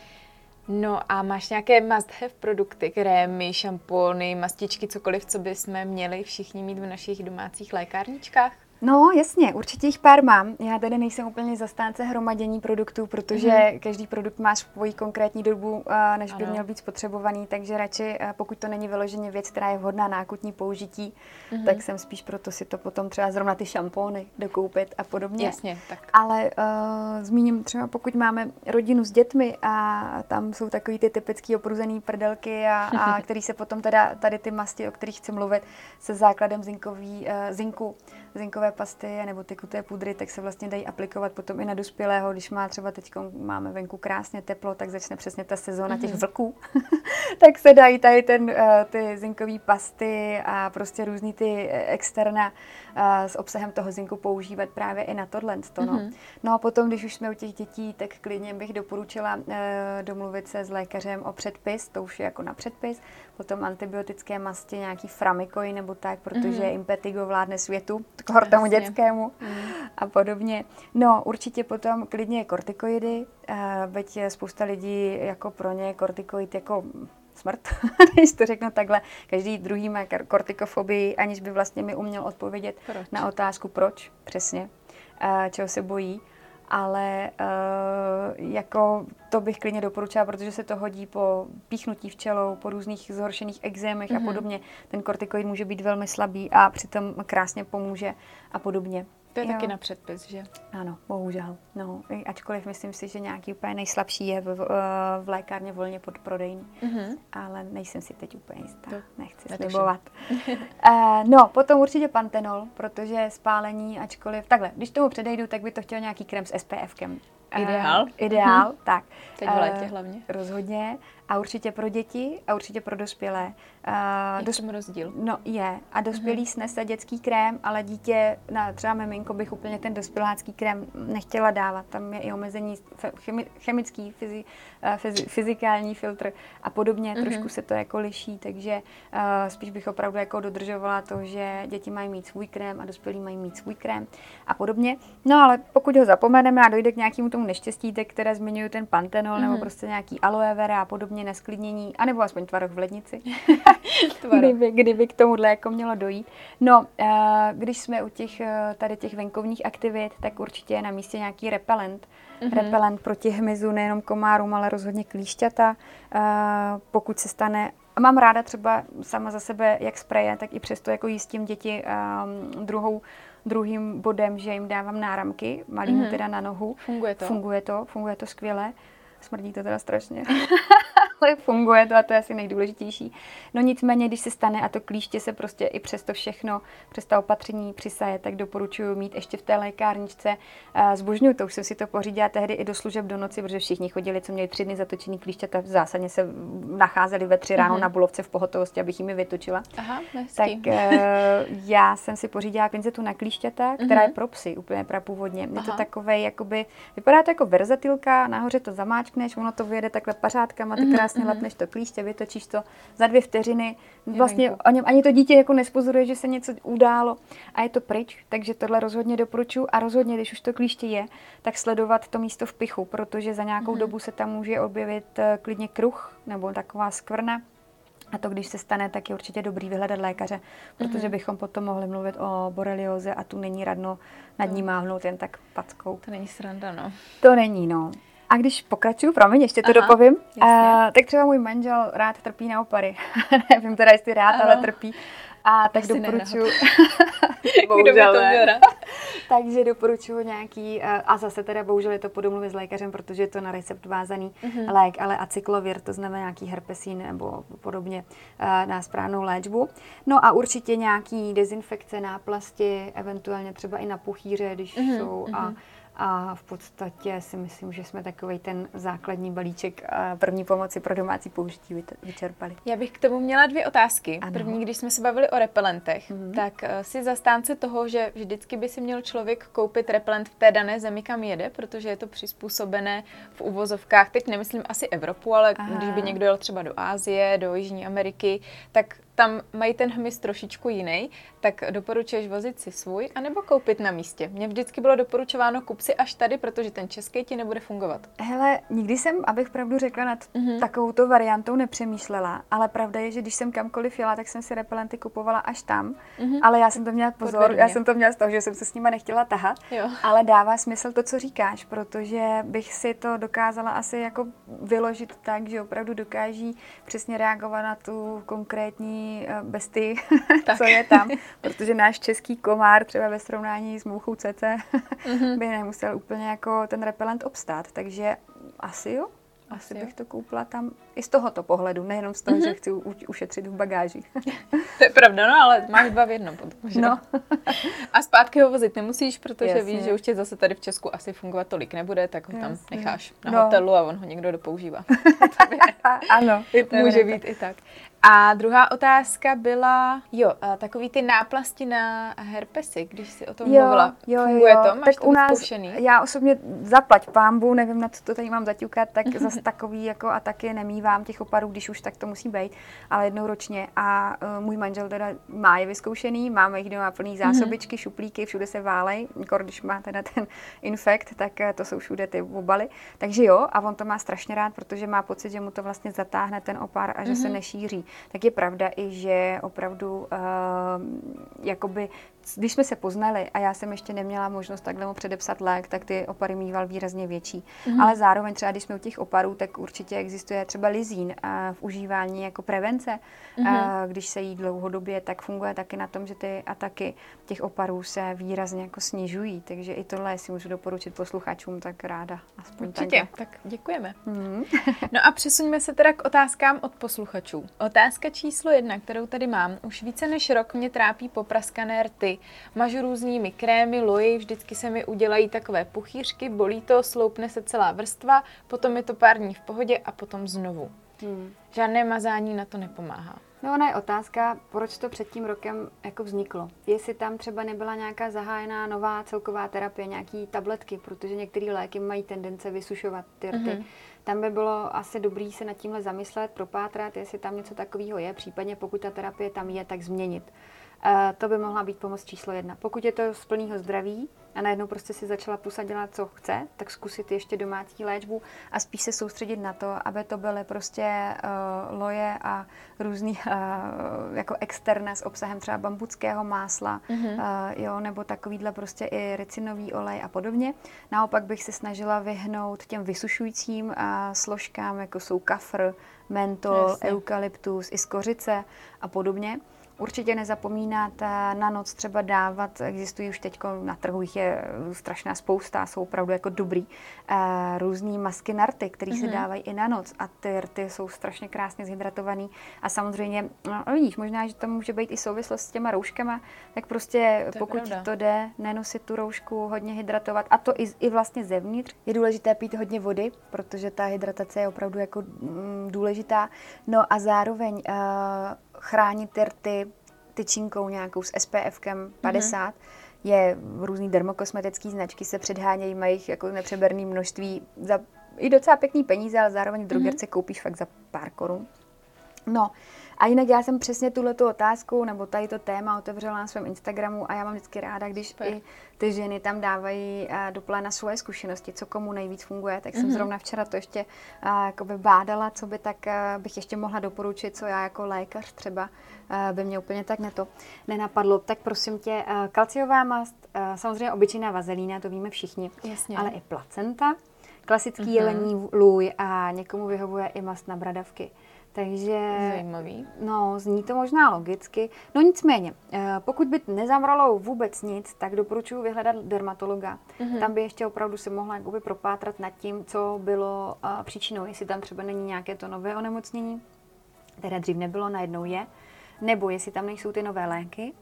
No a máš nějaké must-have produkty, krémy, šampony, mastičky, cokoliv, co bychom měli všichni mít v našich domácích lékárničkách? No jasně, určitě jich pár mám. Já tady nejsem úplně zastánce hromadění produktů, protože mm-hmm. každý produkt má svoji konkrétní dobu, než by ano. měl být spotřebovaný, takže radši, pokud to není vyloženě věc, která je vhodná na akutní použití, mm-hmm. tak jsem spíš proto si to potom třeba zrovna ty šampóny dokoupit a podobně. Jasně, tak. Ale uh, zmíním třeba, pokud máme rodinu s dětmi a tam jsou takový ty typický opruzený prdelky, a, a který se potom teda tady ty masti, o kterých chci mluvit, se základem zinkový, uh, zinku, zinkové pasty nebo tekuté pudry, tak se vlastně dají aplikovat potom i na dospělého. Když má třeba teď máme venku krásně teplo, tak začne přesně ta sezóna mm-hmm. těch vlků. Tak se dají tady ten, uh, ty zinkové pasty a prostě různý ty externa uh, s obsahem toho zinku používat právě i na tohle. To, no. Mm-hmm. no a potom, když už jsme u těch dětí, tak klidně bych doporučila uh, domluvit se s lékařem o předpis, to už je jako na předpis, potom antibiotické masti, nějaký framikoin nebo tak, protože mm-hmm. Impetigo vládne světu, k tomu dětskému mm. a podobně. No, určitě potom klidně kortikoidy, uh, byť je spousta lidí jako pro ně kortikoid jako smrt, když to řeknu takhle. Každý druhý má kortikofobii, aniž by vlastně mi uměl odpovědět proč? Na otázku proč, přesně, uh, čeho se bojí. Ale uh, jako to bych klidně doporučila, protože se to hodí po píchnutí včelou, po různých zhoršených exémech mm-hmm. a podobně. Ten kortikoid může být velmi slabý a přitom krásně pomůže a podobně. To je jo. taky na předpis, že? Ano, bohužel. No, ačkoliv myslím si, že nějaký úplně nejslabší je v, v lékárně volně podprodejný. Mm-hmm. Ale nejsem si teď úplně jistá. To nechci slibovat. uh, no, potom určitě pantenol, protože spálení, ačkoliv... Takhle, když tomu předejdu, tak by to chtěl nějaký krém s SPFkem. Ideál. Uh, ideál, mm-hmm. tak. Teď v létě hlavně. Uh, rozhodně. A určitě pro děti a určitě pro dospělé. Je dos... rozdíl? No je. A dospělý uh-huh. snese dětský krém, ale dítě, na třeba miminko bych úplně ten dospělácký krém nechtěla dávat. Tam je i omezení chemi, chemický, fyzi, fyzi, fyzikální filtr a podobně. Uh-huh. Trošku se to jako liší, takže uh, spíš bych opravdu jako dodržovala to, že děti mají mít svůj krém a dospělí mají mít svůj krém a podobně. No ale pokud ho zapomeneme a dojde k nějakému tomu neštěstí, tak které zmiňují ten pantenol mm-hmm. nebo prostě nějaký aloe vera a podobně, nesklidnění, anebo aspoň tvaroh v lednici, kdyby, kdyby k tomuhle jako mělo dojít. No, když jsme u těch tady těch venkovních aktivit, tak určitě je na místě nějaký repelent. Mm-hmm. Repelent proti hmyzu, nejenom komárům, ale rozhodně klíšťata. Pokud se stane, mám ráda třeba sama za sebe jak spreje, tak i přesto jako jistím děti um, druhou Druhým bodem, že jim dávám náramky, malýmu mm-hmm. teda na nohu. Funguje to? Funguje to, funguje to skvěle. Smrdí to teda strašně. Ale funguje to a to je asi nejdůležitější. No nicméně, když se stane a to klíště se prostě i přes to všechno, přes ta opatření přisaje, tak doporučuji mít ještě v té lékárničce. Zbožňuju to, už jsem si to pořídila tehdy i do služeb do noci, protože všichni chodili, co měli tři dny zatočený klíšťata, v zásadě se nacházeli ve tři ráno mm-hmm. na Bulovce v pohotovosti, abych jim je vytočila. Aha, tak uh, já jsem si pořídila klinzetu na klíšťata, která mm-hmm. je pro psy, úplně prapůvodně. Je to takové, jakoby, vypadá to jako verzatilka, nahoře to zamáčkneš, ono to vyjede takhle pařádkama, ty krásně mm-hmm. lepneš to klíště, vytočíš to za dvě vteřiny. Vlastně o něm ani to dítě jako nespozoruje, že se něco událo a je to pryč, takže tohle rozhodně doporučuji a rozhodně, když už to klíště je, tak sledovat to místo v pichu, protože za nějakou mm-hmm. dobu se tam může objevit klidně kruh nebo taková skvrna. A to, když se stane, tak je určitě dobrý vyhledat lékaře, protože mm-hmm. bychom potom mohli mluvit o borelioze a tu není radno nad ní mávnout jen tak packou. To není sranda, no. To není, no. A když pokračuju, promiň, ještě to Aha, dopovím, uh, tak třeba můj manžel rád trpí na opary. Nevím teda, jestli rád, ano. ale trpí. A tak Asi doporučuji. Bohužel ne. Takže doporučuji nějaký, a zase teda bohužel je to po domluvě s lékařem, protože je to na recept vázaný mm-hmm. lék, ale acyklovir, to znamená nějaký herpesín nebo podobně na správnou léčbu. No a určitě nějaký dezinfekce, náplasti, eventuálně třeba i na puchýře, když mm-hmm. jsou a A v podstatě si myslím, že jsme takovej ten základní balíček první pomoci pro domácí použití vyčerpali. Já bych k tomu měla dvě otázky. Ano. První, když jsme se bavili o repelentech, mm. tak si zastánce toho, že vždycky by si měl člověk koupit repelent v té dané zemi, kam jede, protože je to přizpůsobené v uvozovkách, teď nemyslím asi Evropu, ale Aha. když by někdo jel třeba do Asie, do Jižní Ameriky, tak tam mají ten hmyz trošičku jiný, tak doporučuješ vozit si svůj, anebo koupit na místě? Mně vždycky bylo doporučováno kup si až tady, protože ten český ti nebude fungovat. Hele, nikdy jsem, abych pravdu řekla, nad mm-hmm. takovouto variantou nepřemýšlela, ale pravda je, že když jsem kamkoliv jela, tak jsem si repelenty kupovala až tam, mm-hmm. ale já jsem to měla pozor, Podvědomě. já jsem to měla z toho, že jsem se s nima nechtěla tahat, jo. ale dává smysl to, co říkáš, protože bych si to dokázala asi jako vyložit tak, že opravdu dokáží přesně reagovat na tu konkrétní bestii, co je tam, protože náš český komár třeba ve srovnání s mouchou C C mm-hmm. by nemusel úplně jako ten repelent obstát, takže asi jo, asi, asi bych to koupila tam i z tohoto pohledu, nejenom z toho, mm-hmm. že chci u, ušetřit v bagáži. To je pravda, no, ale máš dva v jednom potom, že? No. A zpátky ho vozit nemusíš, protože Jasně. víš, že už tě zase tady v Česku asi fungovat tolik nebude, tak ho tam Jasně. necháš na no. hotelu a on ho někdo dopoužívá. Ano. Může být i tak. A druhá otázka byla, jo, takový ty náplasti na herpesy, když jsi o tom jo, mluvila. Jo, Funguje jo. to? Máš tak to u nás, vyzkoušený? Já osobně zaplať pánbu, nevím, na co to tady mám zaťukat, tak zase takový jako ataky nemívám těch oparů, když už tak to musí být, ale jednou ročně. A uh, můj manžel teda má je vyzkoušený, máme jich doma plný zásobičky, mm-hmm. šuplíky, všude se válej, když má teda ten infekt, tak to jsou všude ty obaly. Takže jo, a on to má strašně rád, protože má pocit, že mu to vlastně zatáhne ten opar a že mm-hmm. se nešíří. Tak je pravda i, že opravdu uh, jakoby, když jsme se poznali a já jsem ještě neměla možnost takhle mu předepsat lék, tak ty opary mýval výrazně větší. Mm-hmm. Ale zároveň třeba, když jsme u těch oparů, tak určitě existuje třeba lizín uh, v užívání jako prevence. Mm-hmm. Uh, když se jí dlouhodobě, tak funguje taky na tom, že ty ataky těch oparů se výrazně jako snižují. Takže i tohle si můžu doporučit posluchačům, tak ráda. Aspoň určitě, takhle. tak děkujeme. Mm-hmm. No a přesuňme se teda k otázkám od posluchačů. Otázka číslo jedna, kterou tady mám. Už více než rok mě trápí popraskané rty. Mažu různými krémy, loji, vždycky se mi udělají takové puchýřky, bolí to, sloupne se celá vrstva, potom je to pár dní v pohodě a potom znovu. Hmm. Žádné mazání na to nepomáhá. No ona je otázka, proč to před tím rokem jako vzniklo. Jestli tam třeba nebyla nějaká zahájená nová celková terapie, nějaký tabletky, protože některé léky mají tendence vysušovat ty rty. Mm-hmm. Tam by bylo asi dobrý se nad tímhle zamyslet, propátrat, jestli tam něco takového je, případně pokud ta terapie tam je, tak změnit. Uh, to by mohla být pomoc číslo jedna. Pokud je to z plného zdraví a najednou prostě si začala pusa dělat, co chce, tak zkusit ještě domácí léčbu a spíš se soustředit na to, aby to byly prostě uh, loje a různý uh, jako externé s obsahem třeba bambuckého másla, mm-hmm. uh, jo, nebo takovýhle prostě i ricinový olej a podobně. Naopak bych se snažila vyhnout těm vysušujícím uh, složkám, jako jsou kafr, mentol, Jasně. eukalyptus, i skořice a podobně. Určitě nezapomínat na noc třeba dávat, existují už teď na trhu, jich je strašná spousta, jsou opravdu jako dobrý, různý masky na rty, které mm-hmm. se dávají i na noc a ty rty jsou strašně krásně zhydratovaný a samozřejmě, no vidíš, možná, že to může být i souvislost s těma rouškama, tak prostě to pokud pravda. To jde, nenosit tu roušku, hodně hydratovat a to i, i vlastně zevnitř. Je důležité pít hodně vody, protože ta hydratace je opravdu jako mm, důležitá, no a zároveň uh, chránit ty rty tyčinkou nějakou s S P F kem padesát. Mm-hmm. Je různý dermokosmetický značky, se předhánějí, mají jich jako nepřeberné množství za i docela pěkný peníze, ale zároveň v drogerce mm-hmm. koupíš fakt za pár korun. No a jinak já jsem přesně tuhletu otázku, nebo tady to téma otevřela na svém Instagramu a já mám vždycky ráda, když Super. I ty ženy tam dávají do pléna svoje zkušenosti, co komu nejvíc funguje, tak jsem mm-hmm. zrovna včera to ještě a, jakoby bádala, co by tak a, bych ještě mohla doporučit, co já jako lékař třeba a, by mě úplně tak neto nenapadlo. Tak prosím tě, a, kalciová mast, a, samozřejmě obyčejná vazelína, to víme všichni, Jasně. ale i placenta, klasický mm-hmm. jelení lůj a někomu vyhovuje i mast na bradavky. Takže, Zajímavý. No, zní to možná logicky. No nicméně, pokud by nezamralo vůbec nic, tak doporučuji vyhledat dermatologa. Mm-hmm. Tam by ještě opravdu se mohla jakoby propátrat nad tím, co bylo uh, příčinou. Jestli tam třeba není nějaké to nové onemocnění, které dřív nebylo, najednou je. Nebo jestli tam nejsou ty nové léky.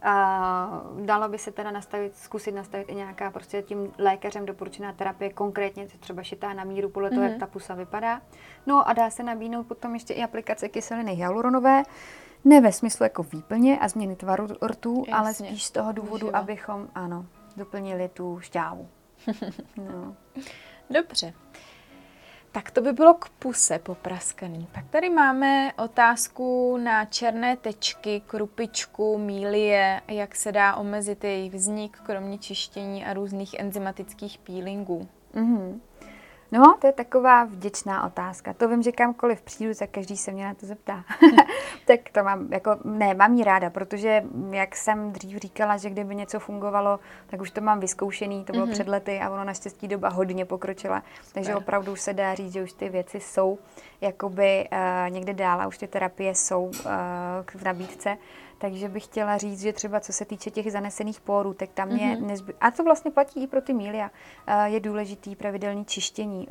Uh, dalo by se teda nastavit, zkusit nastavit i nějaká prostě tím lékařem doporučená terapie, konkrétně třeba šitá na míru podle toho, mm-hmm. jak ta pusa vypadá. No a dá se nabídnout potom ještě i aplikace kyseliny hyaluronové, ne ve smyslu jako výplně a změny tvaru rtů, Jasně. ale spíš z toho důvodu, Uživa. abychom, ano, doplnili tu šťávu. No. Dobře. Tak to by bylo k puse popraskaný. Pak tady máme otázku na černé tečky, krupičku, mýlie, jak se dá omezit jejich vznik, kromě čištění a různých enzymatických peelingů. Mm-hmm. No, to je taková vděčná otázka. To vím, že kamkoliv přijdu, tak každý se mě na to zeptá. Tak to mám, jako, ne, mám jí ráda, protože jak jsem dřív říkala, že kdyby něco fungovalo, tak už to mám vyzkoušený, to bylo mm-hmm. před lety a ono naštěstí doba hodně pokročila. Takže Super. Opravdu už se dá říct, že už ty věci jsou jakoby uh, někde dál a už ty terapie jsou uh, v nabídce. Takže bych chtěla říct, že třeba co se týče těch zanesených pórů, tak tam mm-hmm. je nezby... A to vlastně platí i pro ty mýlia. Je důležitý pravidelný čištění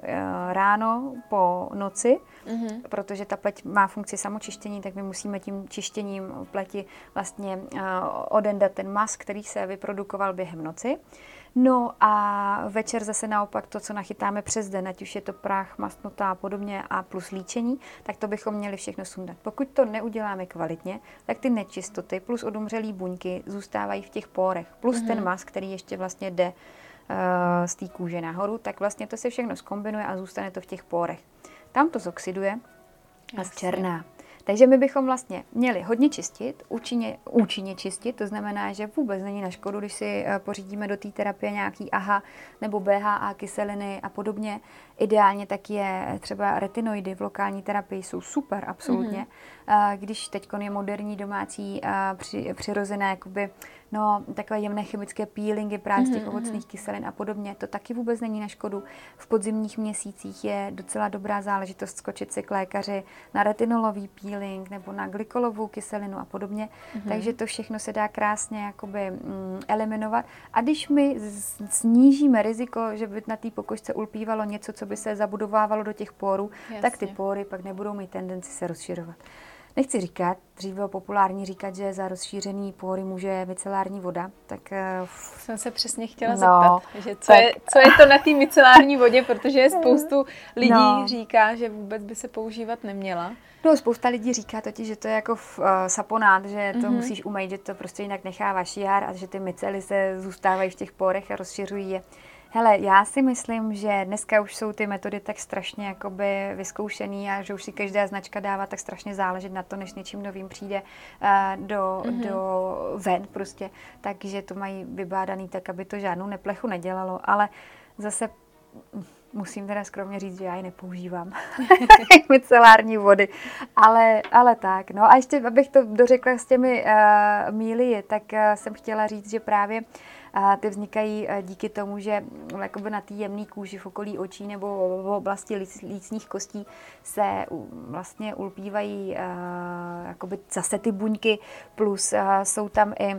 ráno po noci, mm-hmm. protože ta pleť má funkci samočištění, tak my musíme tím čištěním pleti vlastně odendat ten mas, který se vyprodukoval během noci. No a večer zase naopak to, co nachytáme přes den, ať už je to prach, mastnota a podobně a plus líčení, tak to bychom měli všechno sundat. Pokud to neuděláme kvalitně, tak ty nečistoty plus odumřelý buňky zůstávají v těch pórech. Plus mm-hmm. ten mas, který ještě vlastně jde uh, z té kůže nahoru, tak vlastně to se všechno zkombinuje a zůstane to v těch pórech. Tam to zoxiduje a zčerná. Takže my bychom vlastně měli hodně čistit, účinně, účinně čistit, to znamená, že vůbec není na škodu, když si pořídíme do té terapie nějaký A H A nebo B H A kyseliny a podobně. Ideálně tak je třeba retinoidy v lokální terapii jsou super, absolutně. Mm-hmm. Když teď je moderní domácí při, přirozené jakoby, no, takové jemné chemické peelingy právě z těch mm-hmm. ovocných kyselin a podobně, to taky vůbec není na škodu. V podzimních měsících je docela dobrá záležitost skočit si k lékaři na retinolový peeling nebo na glykolovou kyselinu a podobně. Mm-hmm. Takže to všechno se dá krásně jakoby mm, eliminovat. A když my snížíme riziko, že by na té pokožce ulpívalo něco, co by se zabudovávalo do těch pórů, Jasně. tak ty póry pak nebudou mít tendenci se rozšiřovat. nechci říkat, dřív bylo populární říkat, že za rozšířený pory může micelární voda, tak... Jsem se přesně chtěla no, zeptat, že co, tak... je, co je to na té micelární vodě, protože je spoustu lidí no. říká, že vůbec by se používat neměla. No, spousta lidí říká totiž, že to je jako uh, saponát, že to mm-hmm. musíš umýt, že to prostě jinak necháváš jar a že ty micely se zůstávají v těch porech a rozšiřují je. Hele, já si myslím, že dneska už jsou ty metody tak strašně jakoby vyzkoušený a že už si každá značka dává tak strašně záležet na to, než něčím novým přijde uh, do, mm-hmm. do ven prostě. Takže to mají vybádaný tak, aby to žádnou neplechu nedělalo, ale zase musím teda skromně říct, že já ji nepoužívám. Micelární vody. Ale, ale tak. No a ještě, abych to dořekla s těmi uh, míly, tak uh, jsem chtěla říct, že právě uh, ty vznikají uh, díky tomu, že jakoby na té jemné kůži v okolí očí nebo v oblasti líc, lícních kostí se uh, vlastně ulpívají uh, jakoby zase ty buňky, plus uh, jsou tam i uh,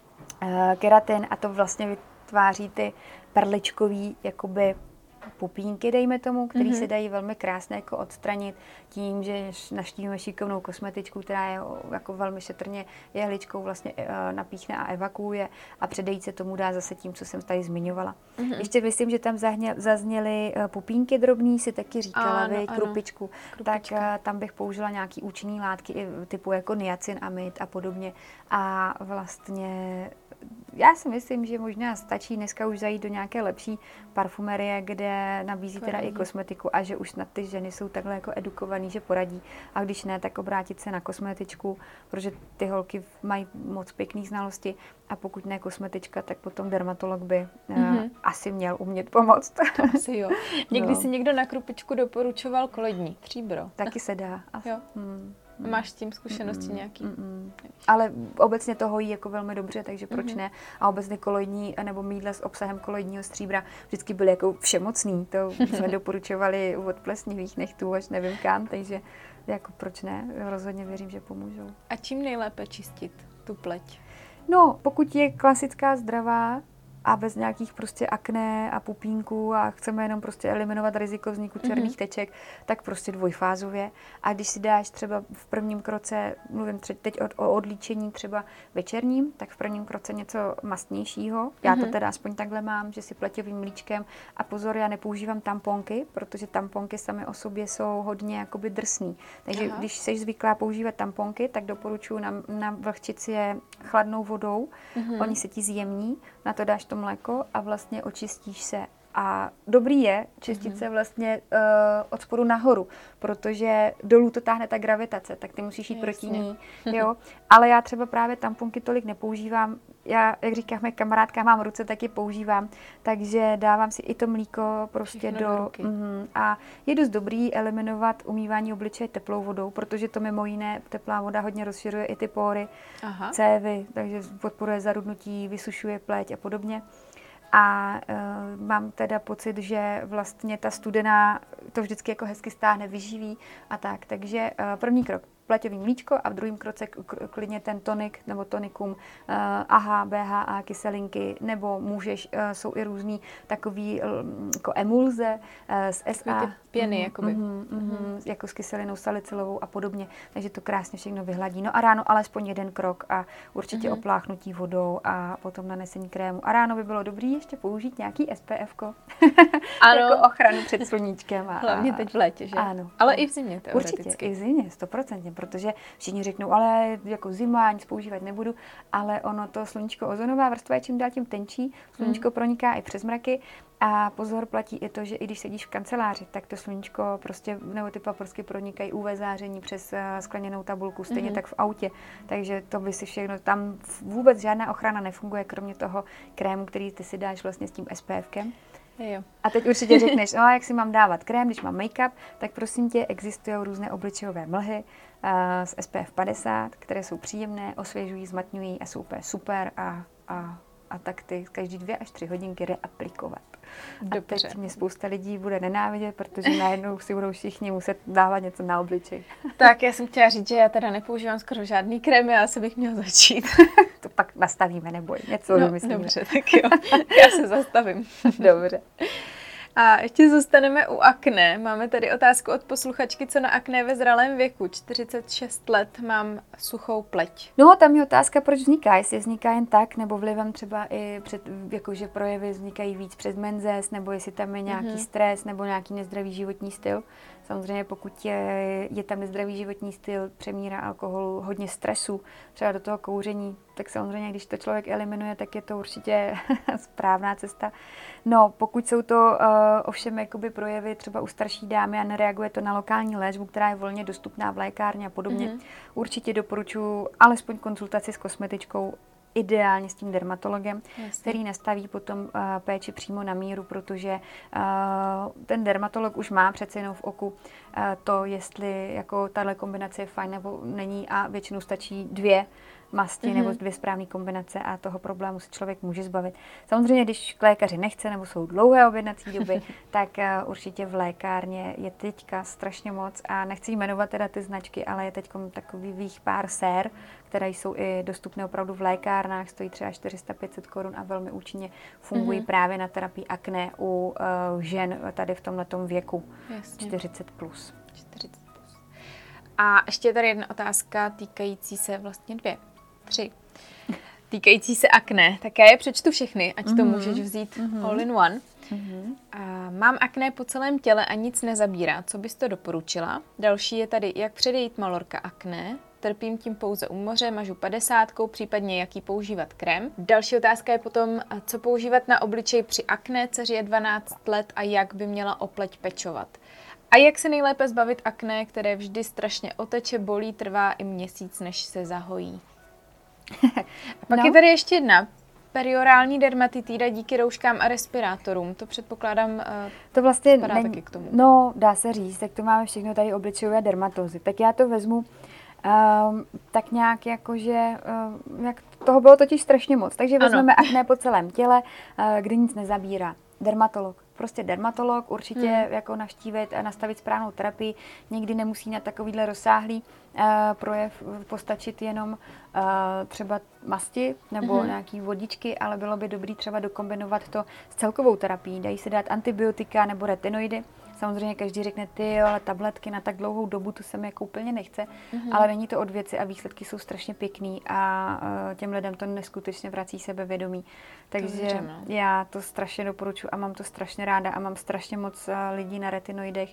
keratin a to vlastně vytváří ty perličkový jakoby pupínky, dejme tomu, který mm-hmm. se dají velmi krásně jako odstranit tím, že navštívíme šikovnou kosmetičku, která je jako velmi šetrně jehličkou vlastně napíchne a evakuuje a předejít se tomu dá zase tím, co jsem tady zmiňovala. Mm-hmm. Ještě myslím, že tam zahně, zazněly pupínky drobný, si taky říkala, ano, vy, ano. Krupičku. Krupička. Tak tam bych použila nějaký účinný látky typu jako niacinamid a podobně a vlastně já si myslím, že možná stačí dneska už zajít do nějaké lepší parfumerie, kde nabízí teda i kosmetiku a že už snad ty ženy jsou takhle jako edukovaný, že poradí. A když ne, tak obrátit se na kosmetičku, protože ty holky mají moc pěkný znalosti a pokud ne kosmetička, tak potom dermatolog by mm-hmm. uh, asi měl umět pomoct. Asi jo. Někdy no. si někdo na krupičku doporučoval kolední stříbro. Taky se dá. Jo. Hmm. Máš s tím zkušenosti mm, nějaký? Mm, ale obecně to hojí jako velmi dobře, takže proč mm-hmm. ne? A obecně koloidní nebo mýdla s obsahem koloidního stříbra vždycky byly jako všemocný. To jsme doporučovali od plesnivých nechtů až nevím kam, takže jako proč ne? Rozhodně věřím, že pomůžou. A čím nejlépe čistit tu pleť? No, pokud je klasická zdravá, a bez nějakých prostě akné a pupínků a chceme jenom prostě eliminovat riziko vzniku černých mm-hmm. teček, tak prostě dvojfázově. A když si dáš třeba v prvním kroce, mluvím teď o, o odlíčení třeba večerním, tak v prvním kroce něco mastnějšího. Já mm-hmm. to teda aspoň takhle mám, že si pleťovým mlíčkem a pozor, já nepoužívám tamponky, protože tamponky samy o sobě jsou hodně jakoby drsný. Takže Aha. když jsi zvyklá používat tamponky, tak doporučuji na, na vlhčit si je chladnou vodou. Mm-hmm. Oni se ti zjemní, na to dáš to mléko a vlastně očistíš se. A dobrý je čistit mm-hmm. se vlastně uh, od spodu nahoru, protože dolů to táhne ta gravitace, tak ty musíš jít Jasně. proti ní. Jo? Ale já třeba právě tamponky tolik nepoužívám. Já, jak říká moje kamarádka, mám ruce, tak je používám. Takže dávám si i to mlíko prostě Všechno do... do mm, a je dost dobrý eliminovat umývání obličeje teplou vodou, protože to mimo jiné teplá voda hodně rozšiřuje i ty pory, Aha. cévy, takže podporuje zarudnutí, vysušuje pleť a podobně. A uh, mám teda pocit, že vlastně ta studená to vždycky jako hezky stáhne, vyživí a tak. Takže uh, první krok pleťový mlíčko a v druhém kroce klidně ten tonik nebo tonikum uh, A H, B H A, kyselinky, nebo můžeš, uh, jsou i různý takový um, jako emulze uh, z S A. Pěny, mm, jakoby. Mm, mm, mm, jako s kyselinou salicylovou a podobně, takže to krásně všechno vyhladí. No a ráno alespoň jeden krok a určitě mm. opláchnutí vodou a potom nanesení krému. A ráno by bylo dobrý ještě použít nějaký S P F ko. Ano. Jako ochranu před sluníčkem. A, hlavně teď v létě, že? Ano. Ale i v zimě teoreticky. Určitě, i v zimě, sto procent, protože všichni řeknou, ale jako zima, nic používat nebudu, ale ono to sluníčko, ozonová vrstva je čím dál tím tenčí, sluníčko mm. proniká i přes mraky. A pozor, platí i to, že i když sedíš v kanceláři, tak to sluníčko prostě, nebo ty paprsky pronikají U V záření přes uh, skleněnou tabulku, stejně mm-hmm. tak v autě. Takže to by si všechno, tam vůbec žádná ochrana nefunguje, kromě toho krému, který ty si dáš vlastně s tím S P F kem. Jo. A teď určitě řekneš, no a jak si mám dávat krém, když mám make-up, tak prosím tě, existují různé obličejové mlhy uh, z S P F padesát, které jsou příjemné, osvěžují, zmatňují a jsou úplně super a, a a tak ty každý dvě až tři hodinky reaplikovat. Dobře. A teď mě spousta lidí bude nenávidět, protože najednou si budou všichni muset dávat něco na obličej. Tak já jsem chtěla říct, že já teda nepoužívám skoro žádný krém, já asi bych měla začít. To pak nastavíme, neboj, něco no, vymyslíme. Dobře, tak jo, já se zastavím. Dobře. A ještě zůstaneme u akné. Máme tady otázku od posluchačky, co na akné ve zralém věku. čtyřicet šest let, mám suchou pleť. No, tam je otázka, proč vzniká. Jestli vzniká jen tak, nebo vlivem třeba i před, jakože projevy vznikají víc přes menzes, nebo jestli tam je nějaký mm-hmm. stres, nebo nějaký nezdravý životní styl. Samozřejmě pokud je, je tam nezdravý životní styl, přemíra alkoholu, hodně stresu, třeba do toho kouření, tak samozřejmě, když to člověk eliminuje, tak je to určitě správná cesta. No, pokud jsou to uh, ovšem jakoby projevy třeba u starší dámy a nereaguje to na lokální léčbu, která je volně dostupná v lékárně a podobně, mm-hmm. určitě doporučuji alespoň konzultaci s kosmetičkou, ideálně s tím dermatologem, Jasně. který nastaví potom uh, péči přímo na míru, protože uh, ten dermatolog už má přece jenom v oku uh, to, jestli jako tahle kombinace je fajn nebo není a většinou stačí dvě masti mm-hmm. nebo dvě správné kombinace a toho problému se člověk může zbavit. Samozřejmě, když k lékaři nechce nebo jsou dlouhé objednací doby, tak uh, určitě v lékárně je teďka strašně moc a nechci jmenovat teda ty značky, ale je teď takových pár sér, které jsou i dostupné opravdu v lékárnách, stojí třeba čtyři sta pět set korun a velmi účinně fungují mm-hmm. právě na terapii akné u uh, žen tady v tomhletom věku. Jasně. čtyřicet plus. čtyřicet plus. A ještě tady jedna otázka týkající se vlastně dvě, tři. Týkající se akné. Tak já je přečtu všechny, ať mm-hmm. to můžeš vzít mm-hmm. all in one. Mm-hmm. A mám akné po celém těle a nic nezabírá. Co bys to doporučila? Další je tady, jak předejít malorka akné. Trpím tím pouze u moře, mažu padesátkou, případně jaký používat krém. Další otázka je potom, co používat na obličej při akné, dceři je dvanáct let a jak by měla o pleť pečovat. A jak se nejlépe zbavit akné, které vždy strašně oteče, bolí, trvá i měsíc, než se zahojí. A pak no. je tady ještě jedna. Periorální dermatitída díky rouškám a respirátorům. To předpokládám, uh, to vlastně spadá ne, taky k tomu. No, dá se říct, tak to máme všechno tady obličejové dermatózy. Tak já to vezmu um, tak nějak jakože, um, jak toho bylo totiž strašně moc. Takže vezmeme ano. akné po celém těle, uh, kde nic nezabírá. Dermatolog. Prostě dermatolog určitě hmm. jako navštívit a nastavit správnou terapii. Někdy nemusí na takovýhle rozsáhlý uh, projev postačit jenom uh, třeba masti nebo hmm. nějaký vodičky, ale bylo by dobrý třeba dokombinovat to s celkovou terapií. Dají se dát antibiotika nebo retinoidy. Samozřejmě každý řekne, ty, ale tabletky na tak dlouhou dobu, to se mi jako úplně nechce, mm-hmm. ale není to od věci a výsledky jsou strašně pěkný a uh, těm lidem to neskutečně vrací sebevědomí. Takže to já to strašně doporučuji a mám to strašně ráda a mám strašně moc uh, lidí na retinoidech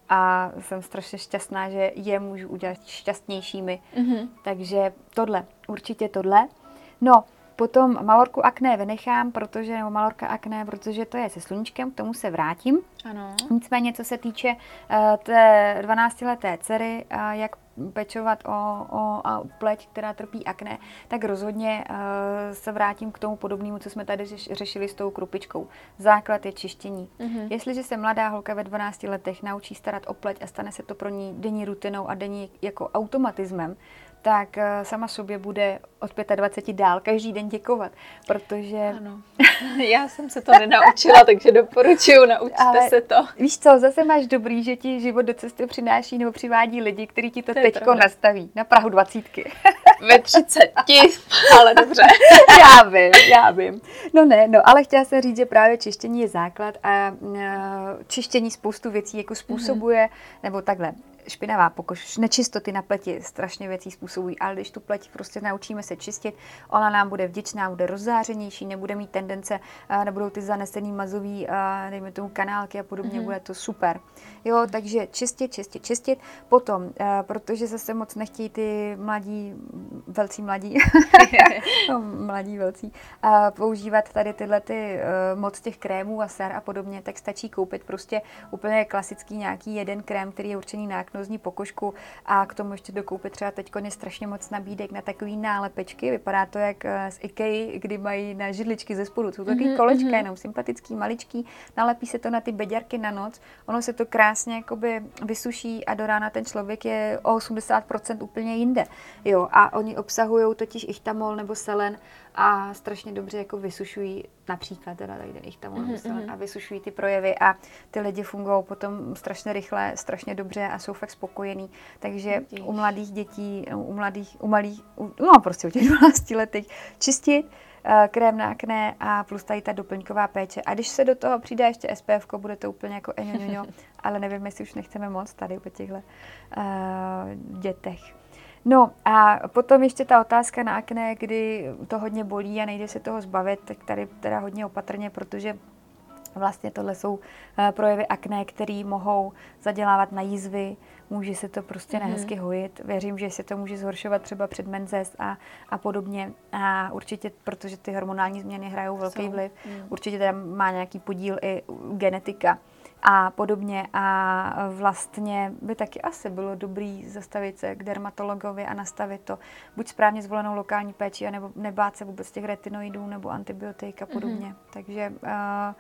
a jsem strašně šťastná, že je můžu udělat šťastnějšími. Mm-hmm. Takže tohle, určitě tohle. No, potom malorku akné vynechám, protože, nebo malorka akné, protože to je se sluníčkem, k tomu se vrátím. Ano. Nicméně, co se týče uh, té dvanáctileté dcery, uh, jak pečovat o, o, o pleť, která trpí akné, tak rozhodně uh, se vrátím k tomu podobnému, co jsme tady řeš, řešili s tou krupičkou. Základ je čištění. Mm-hmm. Jestliže se mladá holka ve dvanácti letech naučí starat o pleť a stane se to pro ní denní rutinou a denní jako automatismem, tak uh, sama sobě bude od dvaceti pěti dál každý den děkovat, protože... Ano. Já jsem se to nenaučila, takže doporučuju, naučte Ale se to. Víš co, zase máš dobrý, že ti život do cesty přináší nebo přivádí lidi, kteří ti to, to teďko pravda. nastaví na prahu dvacítky. Ve třiceti, ale dobře. Já vím, já vím. No ne, no, ale chtěla jsem říct, že právě čištění je základ a uh, čištění spoustu věcí jako způsobuje, mm-hmm. nebo takhle, špinavá pokož, nečistoty na pleti strašně věcí způsobují, ale když tu pleť prostě naučíme se čistit, ona nám bude vděčná, bude rozzářenější, nebude mít tendence, nebudou ty zanesený mazový, dejme tomu kanálky a podobně, mm-hmm. bude to super. Jo, takže čistit, čistit, čistit. Potom, protože zase moc nechtějí ty mladí, velcí mladí, no, mladí velcí, používat tady tyhle ty moc těch krémů a sér a podobně, tak stačí koupit prostě úplně klasický nějaký jeden krém, který je určený na aknózní pokožku a k tomu ještě dokoupit třeba teďko je strašně moc nabídek na takový nálepečky. Vypadá to jak z IKEA, kdy mají na židličky ze spodu. Jsou to takový mm-hmm, kolečka, mm-hmm. jenom sympatický, maličký. Nalepí se to na ty beďarky na noc. Ono se to krásně jakoby vysuší a do rána ten člověk je o osmdesát procent úplně jinde. Jo, a oni obsahují totiž ichtamol nebo selen a strašně dobře jako vysušují, například teda tady ichtamol nebo selen a vysušují ty projevy a ty lidi fungují potom strašně rychle, strašně dobře a jsou fakt spokojení. Takže Děž. u mladých dětí, u mladých, u malých, u, no prostě u těch dvanácti letech čistit, krém na akné a plus tady ta doplňková péče. A když se do toho přidá ještě S P F, bude to úplně jako eňoňoňo, ale nevím, jestli už nechceme moc tady po těchto uh, dětech. No a potom ještě ta otázka na akné, kdy to hodně bolí a nejde se toho zbavit, tak tady teda hodně opatrně, protože vlastně tohle jsou projevy akné, které mohou zadělávat na jízvy, může se to prostě nehezky hojit. Věřím, že se to může zhoršovat třeba před menzes a, a podobně. A určitě, protože ty hormonální změny hrajou velký jsou. vliv, mm. určitě tam má nějaký podíl i genetika a podobně. A vlastně by taky asi bylo dobrý zastavit se k dermatologovi a nastavit to buď správně zvolenou lokální péči, anebo nebát se vůbec těch retinoidů nebo antibiotik a podobně. Mm. Takže uh,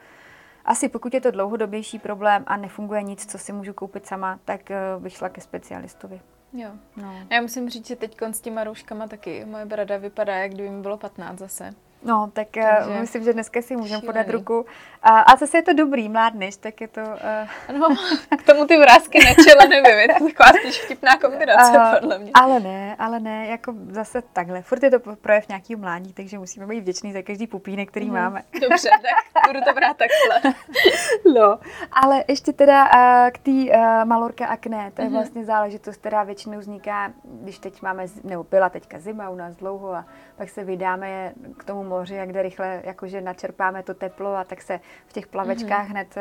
asi pokud je to dlouhodobější problém a nefunguje nic, co si můžu koupit sama, tak uh, bych šla ke specialistovi. Jo. No. Já musím říct, že teď s těma rouškama taky moje brada vypadá, jak kdyby mi bylo patnáct zase. No, tak Takže myslím, že dneska si můžeme podat ruku. A, a zase je to dobrý, mládneš, tak je to... Uh... No, k tomu ty vrásky na čele nevím, je to taková spíš vtipná kombinace, uh, podle mě. Ale ne, ale ne, jako zase takhle. Furt je to projev nějakého mládí, takže musíme být vděční za každý pupínek, který mm, máme. Dobře, tak budu to brát takhle. No, ale ještě teda uh, k té uh, malorka akné, to je mm-hmm. vlastně záležitost, která většinou vzniká, když teď máme, nebo byla teďka zima u nás dlouho a pak se vydáme k tomu moři, jak kde rychle jakože načerpáme to teplo a tak se v těch plavečkách mm-hmm. hned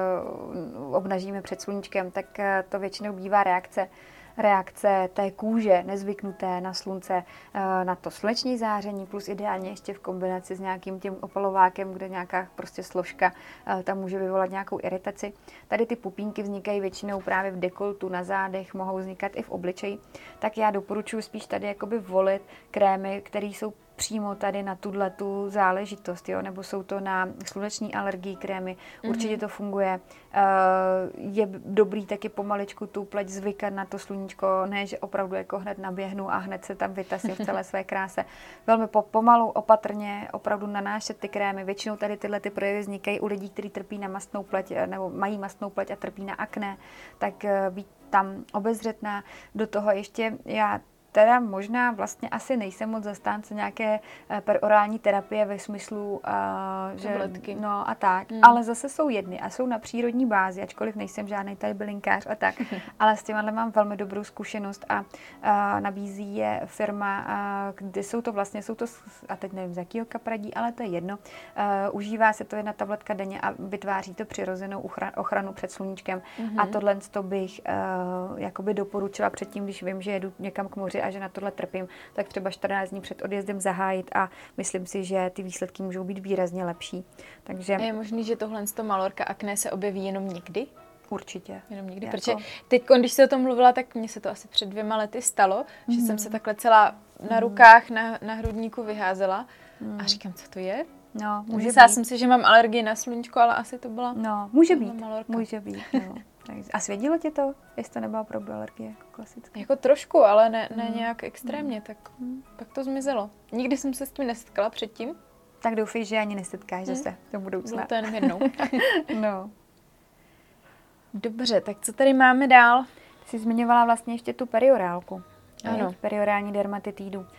uh, obnažíme před sluníčkem, tak uh, to většinou bývá reakce reakce té kůže, nezvyknuté na slunce, na to sluneční záření, plus ideálně ještě v kombinaci s nějakým tím opalovákem, kde nějaká prostě složka tam může vyvolat nějakou iritaci. Tady ty pupínky vznikají většinou právě v dekoltu, na zádech, mohou vznikat i v obličeji, tak já doporučuji spíš tady jakoby volit krémy, které jsou přímo tady na tuhletu záležitost, jo? Nebo jsou to na sluneční alergii krémy, určitě to funguje. Je dobrý taky pomaličku tu pleť zvykat na to sluníčko, ne, že opravdu jako hned naběhnu a hned se tam vytasím v celé své kráse. Velmi pomalu, opatrně, opravdu nanášet ty krémy. Většinou tady tyhle ty projevy vznikají u lidí, kteří trpí na mastnou pleť, nebo mají mastnou pleť a trpí na akné, tak být tam obezřetná. Do toho ještě já teda možná vlastně asi nejsem moc zastánce nějaké perorální terapie ve smyslu, uh, že tabletky. No a tak, hmm. ale zase jsou jedny a jsou na přírodní bázi, ačkoliv nejsem žádný tady bylinkář a tak, ale s těmahle mám velmi dobrou zkušenost a uh, nabízí je firma, uh, kde jsou to vlastně, jsou to, a teď nevím z jakýho kapradí, ale to je jedno, uh, užívá se to jedna tabletka denně a vytváří to přirozenou ochranu před sluníčkem hmm. a tohle to bych uh, jakoby doporučila předtím, když vím, že jedu někam k moři a že na tohle trpím, tak třeba čtrnáct dní před odjezdem zahájit a myslím si, že ty výsledky můžou být výrazně lepší. Takže... A je možný, že tohle z toho malorka akné se objeví jenom někdy? Určitě. Jenom někdy, jako... protože teď, když se o tom mluvila, tak mně se to asi před dvěma lety stalo, mm. že jsem se takhle celá na rukách, na, na hrudníku vyházela mm. a říkám, co to je? No, může Myslela jsem si, že mám alergii na sluníčko, ale asi to byla No, může být, malorka. může být, no. A svědilo tě to, jestli to nebyla opravdu alergie, jako klasická? Jako trošku, ale ne, ne mm. nějak extrémně, tak mm. pak to zmizelo. Nikdy jsem se s tím nesetkala předtím. Tak doufej, že ani nesetkáš mm. zase do budoucna. Bylo to jen jednou. No. Dobře, tak co tady máme dál? Jsi zmiňovala vlastně ještě tu periorálku. Ano. Periorální dermatitidu. Uh,